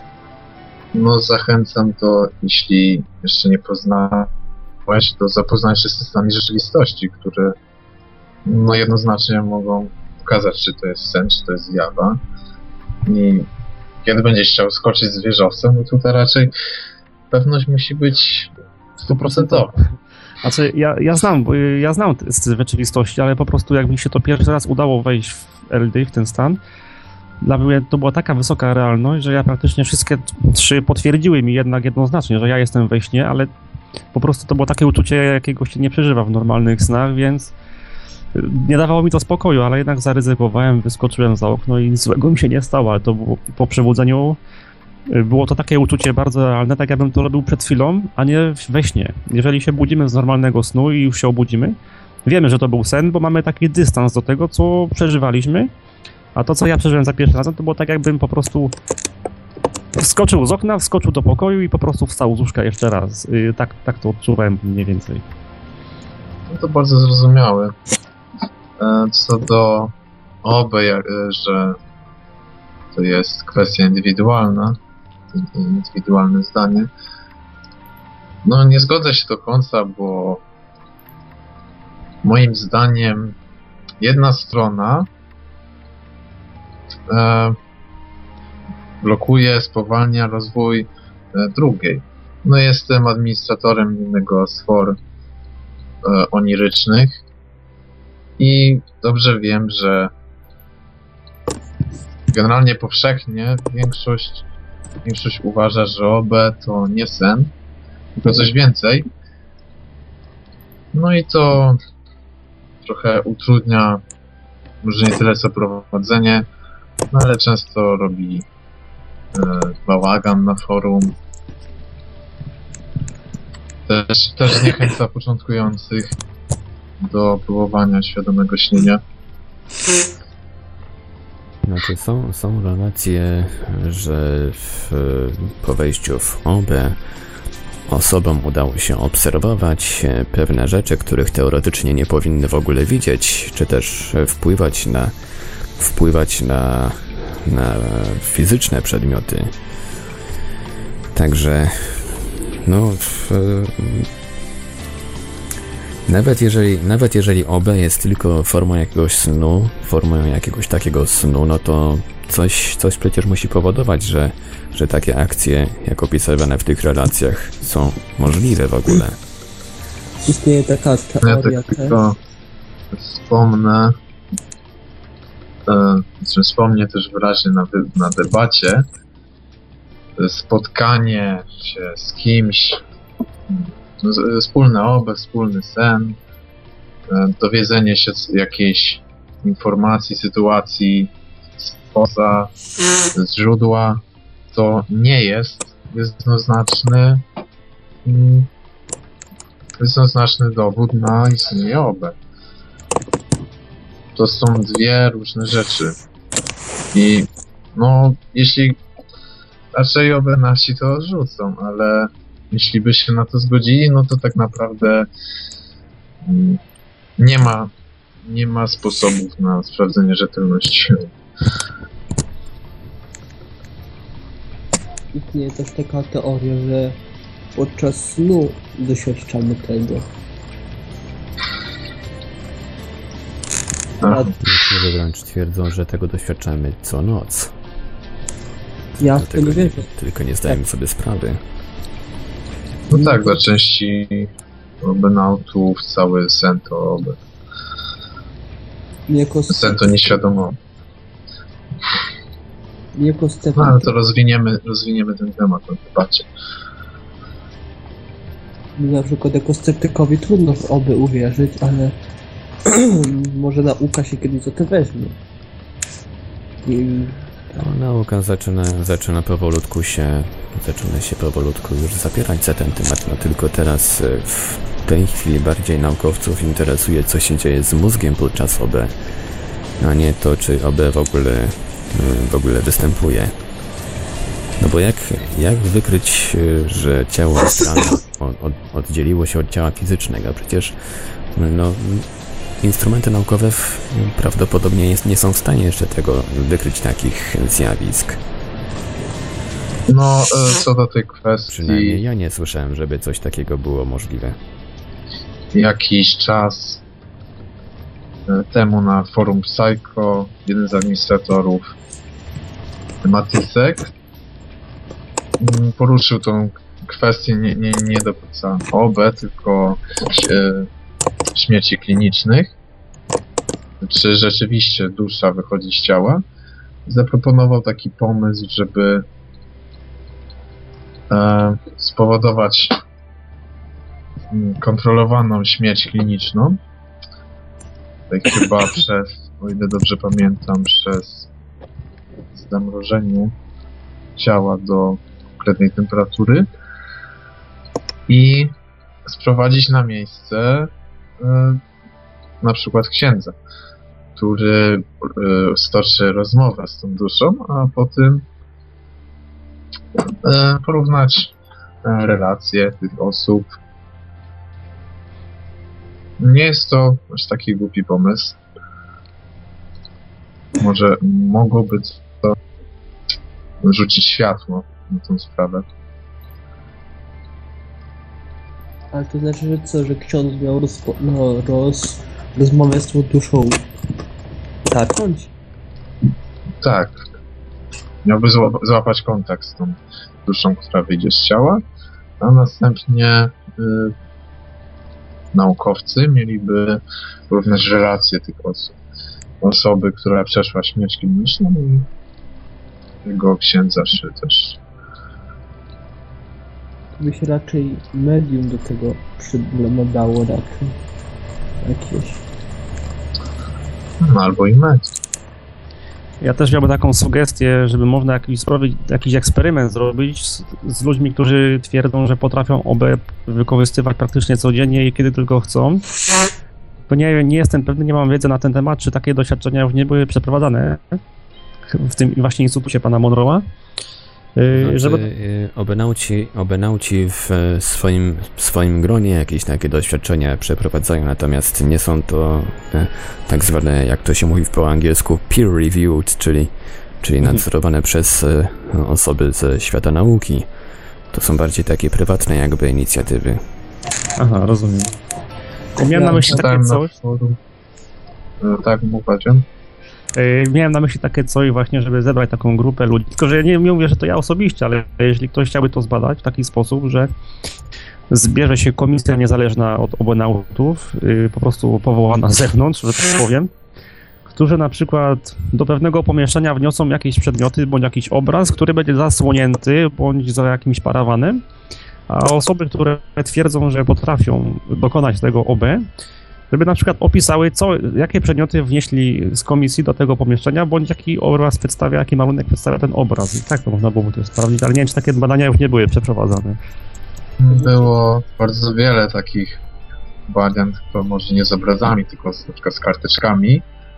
No zachęcam to, jeśli jeszcze nie poznałeś, to zapoznaj się z systemami rzeczywistości, które no jednoznacznie mogą pokazać, czy to jest sen, czy to jest zjawa. I kiedy będziesz chciał skoczyć z wieżowcem, no tutaj raczej pewność musi być 100%. Znaczy, ja znam z rzeczywistości, ale po prostu jak mi się to pierwszy raz udało wejść w LD, w ten stan, dla mnie to była taka wysoka realność, że ja praktycznie wszystkie 3 potwierdziły mi jednak jednoznacznie, że ja jestem we śnie, ale po prostu to było takie uczucie, jakiego się nie przeżywa w normalnych snach, więc nie dawało mi to spokoju, ale jednak zaryzykowałem, wyskoczyłem za okno i nic złego mi się nie stało, ale to było, po przebudzeniu było to takie uczucie bardzo realne, tak jakbym to robił przed chwilą, a nie we śnie. Jeżeli się budzimy z normalnego snu i już się obudzimy, wiemy, że to był sen, bo mamy taki dystans do tego, co przeżywaliśmy, a to, co ja przeżyłem za pierwszym razem, to było tak, jakbym po prostu wskoczył z okna, wskoczył do pokoju i po prostu wstał z łóżka jeszcze raz. Tak to odczuwałem mniej więcej. No to bardzo zrozumiałe. Co do OB, że to jest kwestia indywidualna, indywidualne zdanie. No nie zgodzę się do końca, bo moim zdaniem jedna strona blokuje, spowalnia rozwój drugiej. No jestem administratorem jednego z for onirycznych i dobrze wiem, że generalnie powszechnie większość uważa, że OB to nie sen, tylko coś więcej. No i to trochę utrudnia, może nie tyle co prowadzenie, no ale często robi bałagan na forum. Też zniechęca początkujących do próbowania świadomego śnienia. Znaczy są relacje, że po wejściu w OB osobom udało się obserwować pewne rzeczy, których teoretycznie nie powinny w ogóle widzieć, czy też wpływać na fizyczne przedmioty. Także nawet jeżeli OB jest tylko formą jakiegoś snu, formą jakiegoś takiego snu, no to coś przecież musi powodować, że takie akcje, jak opisywane w tych relacjach, są możliwe w ogóle. Istnieje taka teoria ja tak tylko wspomnę też wyraźnie na debacie, spotkanie się z kimś, wspólne OB, wspólny sen, dowiedzenie się jakiejś informacji, sytuacji spoza źródła, to nie jest jednoznaczny dowód na istnienie OB. To są 2 różne rzeczy. I jeśli raczej OB nasi to odrzucą, ale jeśli by się na to zgodzili, no to tak naprawdę nie ma sposobów na sprawdzenie rzetelności. Istnieje też taka teoria, że podczas snu doświadczamy tego. Niektórzy wręcz twierdzą, że tego doświadczamy co noc. Ja w to nie wierzę. Tylko nie zdajemy sobie sprawy. No tak, dla części obenautów cały sen to Jako sen to nieświadomo. Jako No, ale to rozwiniemy ten temat w debacie. Na przykład jako sceptykowi trudno w oby uwierzyć, ale może nauka się kiedyś za to weźmie. No, nauka zaczyna powolutku się już zapierać za ten temat, no tylko teraz w tej chwili bardziej naukowców interesuje, co się dzieje z mózgiem podczas OB, a nie to, czy OB w ogóle występuje. No bo jak wykryć, że ciało astralne oddzieliło się od ciała fizycznego? Przecież no, instrumenty naukowe prawdopodobnie nie są w stanie jeszcze wykryć takich zjawisk. No, co do tej kwestii... Przynajmniej ja nie słyszałem, żeby coś takiego było możliwe. Jakiś czas temu na forum Psycho jeden z administratorów, Matysek, poruszył tą kwestię nie do końca OB, tylko śmierci klinicznych. Czy rzeczywiście dusza wychodzi z ciała? Zaproponował taki pomysł, żeby spowodować kontrolowaną śmierć kliniczną. Tak chyba o ile dobrze pamiętam, przez zamrożenie ciała do konkretnej temperatury i sprowadzić na miejsce na przykład księdza, który stoczy rozmowę z tą duszą, a potem porównać relacje tych osób. Nie jest to aż taki głupi pomysł. Może mogłoby to rzucić światło na tą sprawę. Ale to znaczy, że co, że ksiądz miał rozmowę z tą duszą zacząć? Tak. Miałby złapać kontakt z tą duszą, która wyjdzie z ciała, a następnie naukowcy mieliby porównać relacje tych osób. Osoby, która przeszła śmierć kliniczną i jego księdza, czy też... To by się raczej medium do tego nadało raczej. Jakieś. No, albo i medium. Ja też miałbym taką sugestię, żeby można jakiś eksperyment zrobić z ludźmi, którzy twierdzą, że potrafią OB wykorzystywać praktycznie codziennie i kiedy tylko chcą. Bo nie jestem pewny, nie mam wiedzy na ten temat, czy takie doświadczenia już nie były przeprowadzane w tym właśnie instytucie pana Monroe'a. Obenauci w swoim gronie jakieś takie doświadczenia przeprowadzają, natomiast nie są to tak zwane, jak to się mówi po angielsku, peer-reviewed, czyli nadzorowane przez osoby ze świata nauki. To są bardziej takie prywatne jakby inicjatywy. Aha, rozumiem. Miałem na myśli takie coś. Tak, mówię. Miałem na myśli takie coś właśnie, żeby zebrać taką grupę ludzi. Tylko, że nie mówię, że to ja osobiście, ale jeśli ktoś chciałby to zbadać w taki sposób, że zbierze się komisja niezależna od obenautów, po prostu powołana z zewnątrz, że tak powiem, którzy na przykład do pewnego pomieszczenia wniosą jakieś przedmioty bądź jakiś obraz, który będzie zasłonięty bądź za jakimś parawanem, a osoby, które twierdzą, że potrafią dokonać tego OB, żeby na przykład opisały, jakie przedmioty wnieśli z komisji do tego pomieszczenia, bądź jaki obraz przedstawia, jaki malunek przedstawia ten obraz. I tak to można było to sprawdzić, ale nie wiem, czy takie badania już nie były przeprowadzane. Było bardzo wiele takich badań, to może nie z obrazami, tylko na przykład z karteczkami.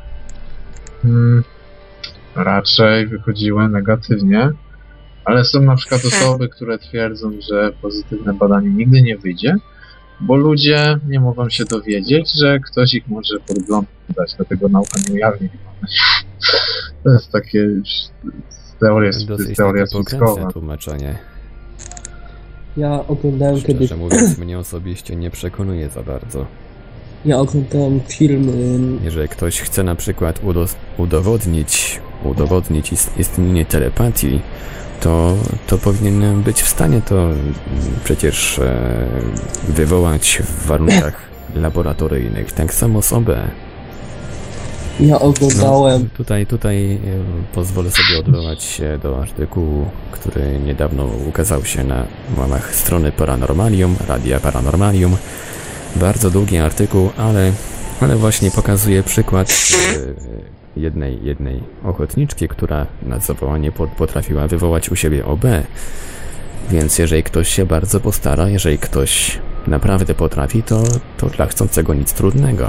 Raczej wychodziły negatywnie, ale są na przykład osoby, które twierdzą, że pozytywne badanie nigdy nie wyjdzie, bo ludzie nie mogą się dowiedzieć, że ktoś ich może podglądać, dlatego nauka nie ujawni. To jest takie już teoria spiskowa. Tłumaczenie. Ja oglądałem kiedyś... Szczerze mówiąc, mnie osobiście nie przekonuje za bardzo. Ja oglądałem film... Jeżeli ktoś chce na przykład udowodnić istnienie telepatii, to powinien być w stanie to przecież wywołać w warunkach laboratoryjnych, tak samo z OB. Ja oglądałem. Tutaj pozwolę sobie odwołać się do artykułu, który niedawno ukazał się na łamach strony Paranormalium, Radia Paranormalium. Bardzo długi artykuł, ale właśnie pokazuje przykład jednej ochotniczki, która na zawołanie potrafiła wywołać u siebie OB. Więc jeżeli ktoś się bardzo postara, jeżeli ktoś naprawdę potrafi, to dla chcącego nic trudnego.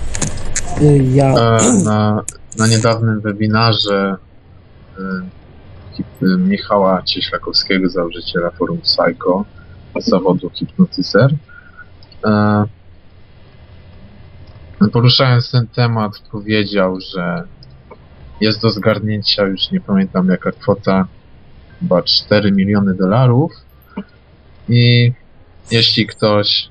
Na niedawnym webinarze Michała Cieślakowskiego, założyciela Forum Psycho z zawodu hipnotyzer, poruszając ten temat, powiedział, że jest do zgarnięcia, już nie pamiętam jaka kwota, chyba $4 miliony i jeśli ktoś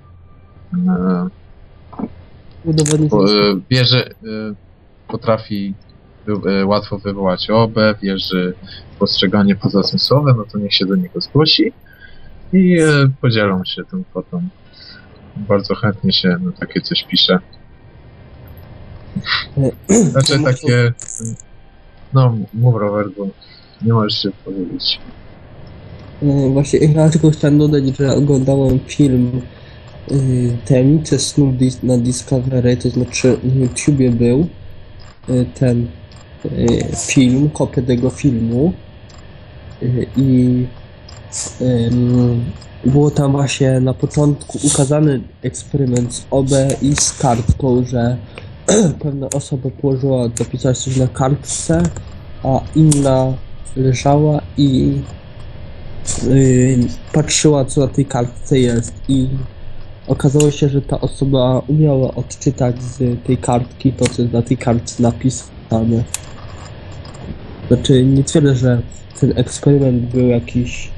potrafi łatwo wywołać OB, wierzy w postrzeganie pozasmysłowe, no to niech się do niego zgłosi i podzielą się tą kwotą. Bardzo chętnie się na takie coś pisze. Znaczy takie... No, mów Robert, bo nie możesz się powiedzieć. Właśnie ja tylko chciałem dodać, że oglądałem film Tajemnice snu na Discovery, to znaczy na YouTubie był ten film, kopia tego filmu i było tam właśnie na początku ukazany eksperyment z OB i z kartką, że pewna osoba zapisała coś na kartce, a inna leżała i patrzyła, co na tej kartce jest, i okazało się, że ta osoba umiała odczytać z tej kartki to, co jest na tej kartce napisane. Znaczy, nie twierdzę, że ten eksperyment był jakiś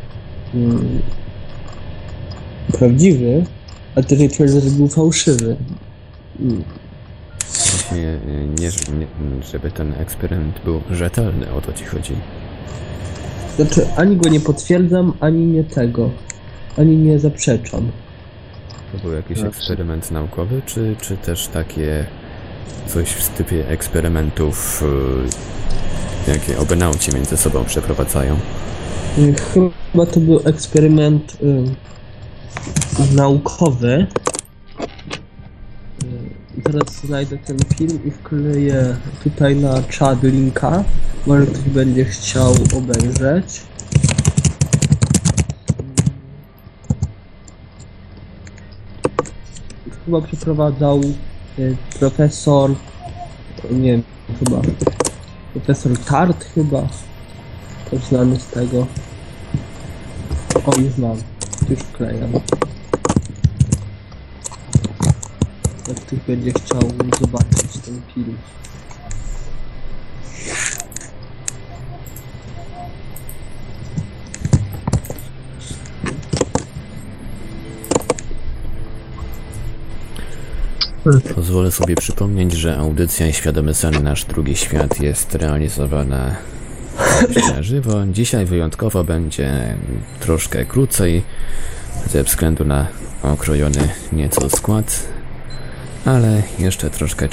prawdziwy, ale też nie twierdzę, że był fałszywy. Właśnie nie, żeby ten eksperyment był rzetelny, o to ci chodzi. Znaczy, ani go nie potwierdzam, ani nie zaprzeczam. To był jakiś eksperyment naukowy, czy też takie coś w stypie eksperymentów, jakie obenauci między sobą przeprowadzają? Chyba to był eksperyment naukowy. Teraz znajdę ten film i wkleję tutaj na czat linka. Może ktoś będzie chciał obejrzeć. Chyba przeprowadzał profesor, nie wiem, profesor Tart chyba, też znany z tego. O, już mam, już wklejam. Jak ktoś będzie chciał zobaczyć ten film. Pozwolę sobie przypomnieć, że audycja Świadomy Sen, Nasz Drugi Świat jest realizowana na żywo. Dzisiaj wyjątkowo będzie troszkę krócej, ze względu na okrojony nieco skład, ale jeszcze troszeczkę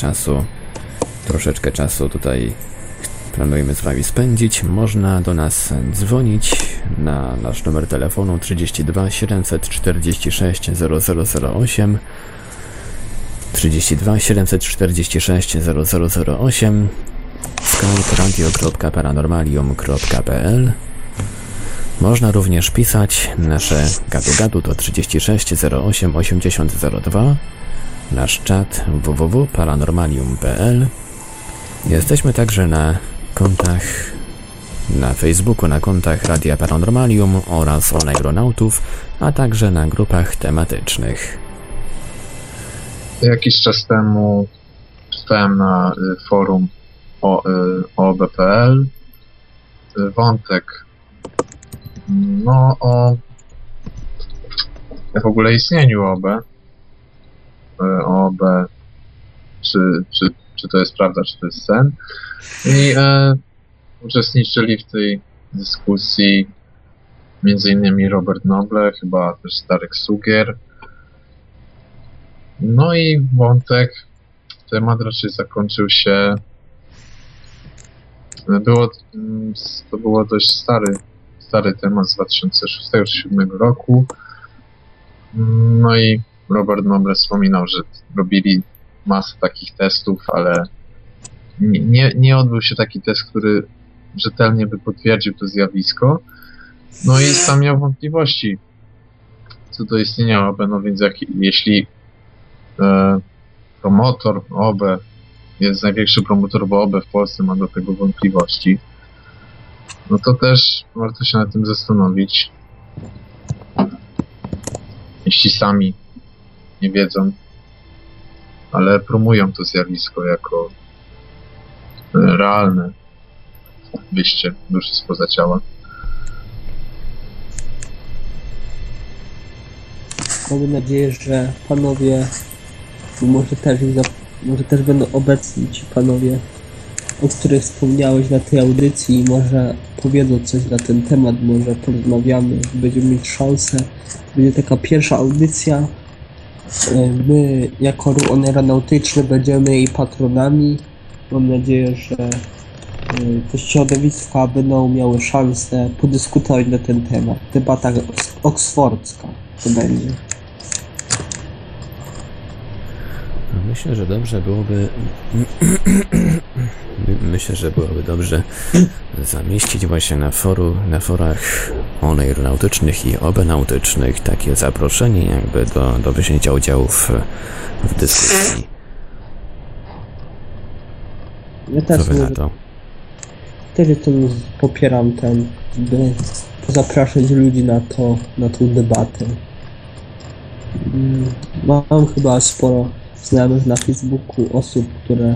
czasu tutaj planujemy z wami spędzić. Można do nas dzwonić na nasz numer telefonu 32 746 0008, 32 746 0008, skype radio.paranormalium.pl. Można również pisać nasze gadu to 36 08 80 02, nasz czat www.paranormalium.pl. Jesteśmy także na kontach na Facebooku, na kontach Radia Paranormalium oraz Onegronautów, a także na grupach tematycznych. Jakiś czas temu czytałem na forum OB.pl wątek o w ogóle istnieniu OB, czy to jest prawda, czy to jest sen. I uczestniczyli w tej dyskusji, między innymi Robert Noble, chyba też Darek Sugier. No i temat raczej zakończył się. To było dość stary temat z 2006-2007 roku. No i Robert Noble wspominał, że robili masę takich testów, ale nie odbył się taki test, który rzetelnie by potwierdził to zjawisko. No i sam miał wątpliwości co do istnienia OB, no więc jeśli promotor OB jest największy promotor OB w Polsce, ma do tego wątpliwości, no to też warto się nad tym zastanowić. Jeśli sami nie wiedzą, ale promują to zjawisko jako realne wyjście duszy spoza ciała. Mam nadzieję, że panowie, może też będą obecni ci panowie, o których wspomniałeś na tej audycji, może powiedzą coś na ten temat, może porozmawiamy, będziemy mieć szansę. Będzie taka pierwsza audycja. My jako ruch aeronautyczny będziemy jej patronami. Mam nadzieję, że te środowiska będą miały szansę podyskutować na ten temat. Debata oksfordzka to będzie. Myślę, że dobrze byłoby dobrze zamieścić właśnie na forach aeronautycznych i obenautycznych takie zaproszenie jakby do wzięcia udziału w dyskusji. Ja też co wy na to? Też popieram by zapraszać ludzi na tą debatę. Mam chyba sporo znajomych na Facebooku osób, które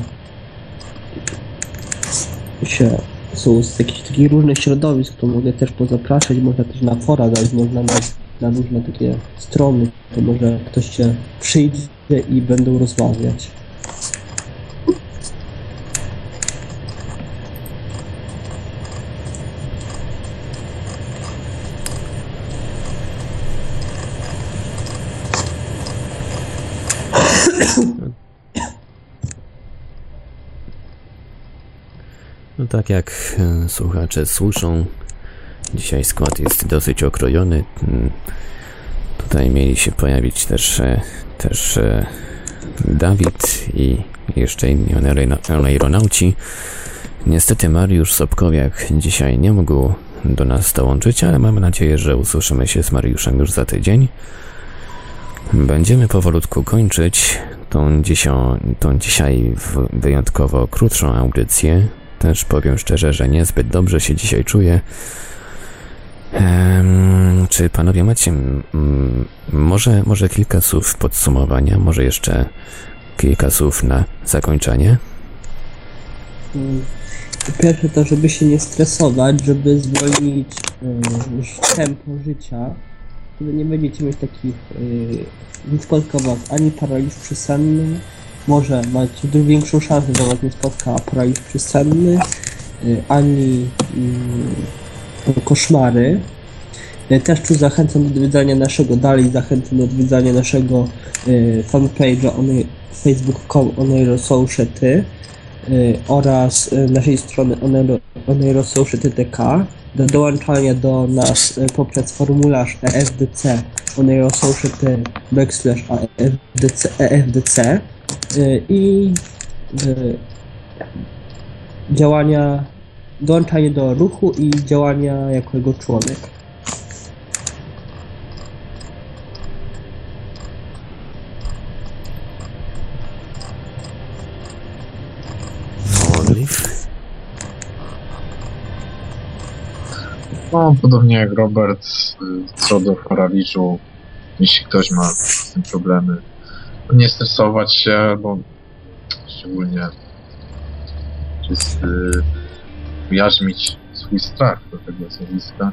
są z jakichś takich różnych środowisk, to mogę też pozapraszać, można też na fora dać, można na różne takie strony, to może ktoś się przyjdzie i będą rozmawiać. No tak jak słuchacze słyszą, dzisiaj skład jest dosyć okrojony. Tutaj mieli się pojawić też Dawid i jeszcze inni aeronauci. Niestety Mariusz Sobkowiak dzisiaj nie mógł do nas dołączyć, ale mamy nadzieję, że usłyszymy się z Mariuszem już za tydzień. Będziemy powolutku kończyć tą dzisiaj wyjątkowo krótszą audycję. Też powiem szczerze, że niezbyt dobrze się dzisiaj czuję. Czy panowie macie może kilka słów podsumowania, może jeszcze kilka słów na zakończenie? Po pierwsze to, żeby się nie stresować, żeby zwolnić tempo życia, wtedy nie będziecie mieć takich, nie spotka was ani paraliż przesenny, może macie większą szansę, że was nie spotka paraliż przesenny, ani koszmary. Też tu zachęcam do odwiedzania naszego fanpage'a facebook.com oneirosociety oraz naszej strony oneirosociety.tk, do dołączania do nas poprzez formularz EFDC oneirosociety/EFDC i dołączanie do ruchu i działania jako jego członek. No, podobnie jak Robert, co do paraliżu, jeśli ktoś ma z tym problemy, nie stresować się, bo szczególnie ujarzmić swój strach do tego zjawiska.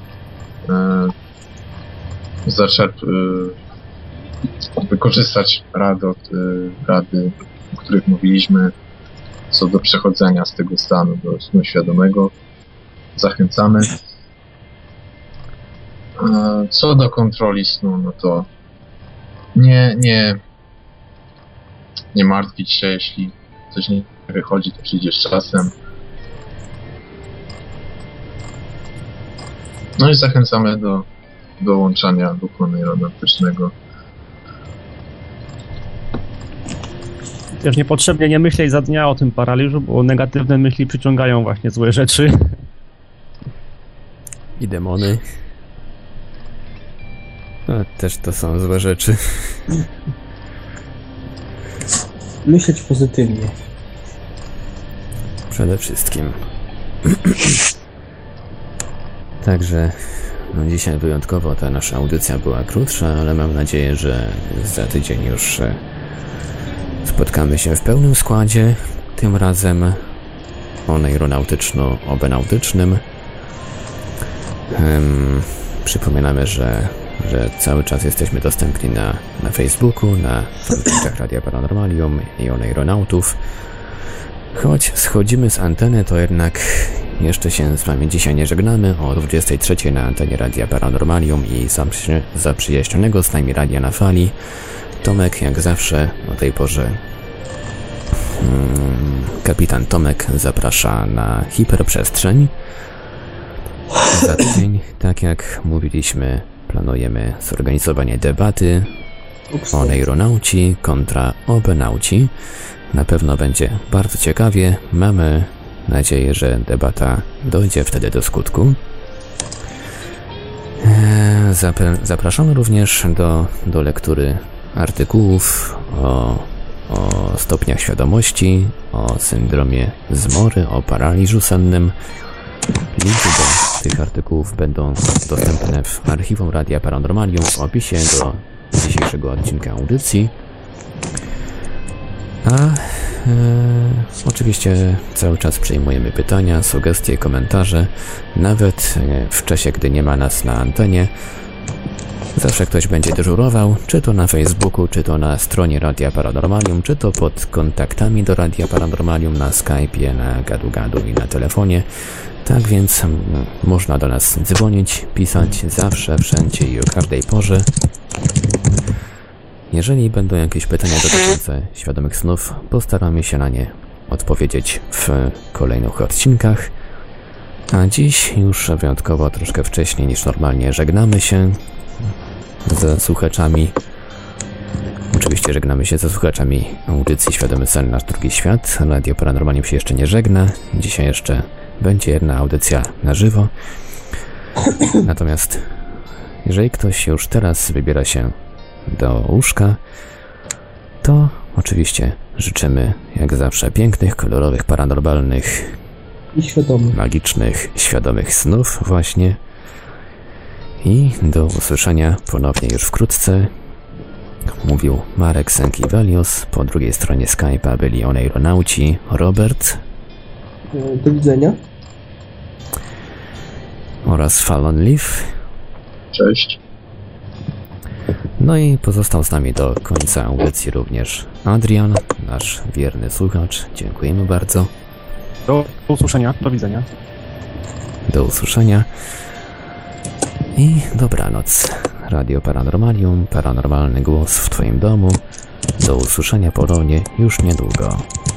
Wykorzystać rady, o których mówiliśmy, co do przechodzenia z tego stanu do świadomego. zachęcamy. Co do kontroli snu, no to nie martwić się, jeśli coś nie wychodzi, to przyjdzie z czasem. No i zachęcamy do dołączania duchu neuronautycznego. Też niepotrzebnie nie myśleć za dnia o tym paraliżu, bo negatywne myśli przyciągają właśnie złe rzeczy. I demony. No, też to są złe rzeczy. Myśleć pozytywnie. Przede wszystkim. Także no dzisiaj wyjątkowo ta nasza audycja była krótsza, ale mam nadzieję, że za tydzień już spotkamy się w pełnym składzie. Tym razem oneironautyczno-obenautycznym. Przypominamy, że cały czas jesteśmy dostępni na Facebooku, na fanpage'ach Radia Paranormalium i Oneironautów. Choć schodzimy z anteny, to jednak jeszcze się z wami dzisiaj nie żegnamy. O 23:00 na antenie Radia Paranormalium i zaprzyjaźnionego z nami Radia na Fali. Tomek jak zawsze o tej porze, kapitan Tomek zaprasza na hiperprzestrzeń. Za tydzień, tak jak mówiliśmy, planujemy zorganizowanie debaty oneironauci kontra obenauci. Na pewno będzie bardzo ciekawie. Mamy nadzieję, że debata dojdzie wtedy do skutku. Zapraszamy również do lektury artykułów o stopniach świadomości, o syndromie zmory, o paraliżu sennym. Linki do tych artykułów będą dostępne w archiwum Radia Paranormalium w opisie do dzisiejszego odcinka audycji. Oczywiście cały czas przyjmujemy pytania, sugestie, komentarze. Nawet w czasie, gdy nie ma nas na antenie, zawsze ktoś będzie dyżurował, czy to na Facebooku, czy to na stronie Radia Paranormalium, czy to pod kontaktami do Radia Paranormalium na Skype'ie, na gadu-gadu i na telefonie. Tak więc można do nas dzwonić, pisać zawsze, wszędzie i o każdej porze. Jeżeli będą jakieś pytania dotyczące świadomych snów, postaramy się na nie odpowiedzieć w kolejnych odcinkach. A dziś już wyjątkowo troszkę wcześniej niż normalnie żegnamy się ze słuchaczami. Oczywiście żegnamy się ze słuchaczami audycji Świadomy Sen Nasz Drugi Świat. Radio Paranormalium się jeszcze nie żegna. Dzisiaj jeszcze będzie jedna audycja na żywo. Natomiast jeżeli ktoś już teraz wybiera się do łóżka, to oczywiście życzymy jak zawsze pięknych, kolorowych, paranormalnych i świadomych, magicznych, świadomych snów właśnie. I do usłyszenia ponownie już wkrótce. Mówił Marek Sękiewelios. Po drugiej stronie Skype'a byli oneironauci Robert. Do widzenia. Oraz Fallon Leaf. Cześć. No i pozostał z nami do końca audycji również Adrian, nasz wierny słuchacz. Dziękujemy bardzo. Do usłyszenia, do widzenia. Do usłyszenia. I dobranoc. Radio Paranormalium, paranormalny głos w twoim domu. Do usłyszenia ponownie już niedługo.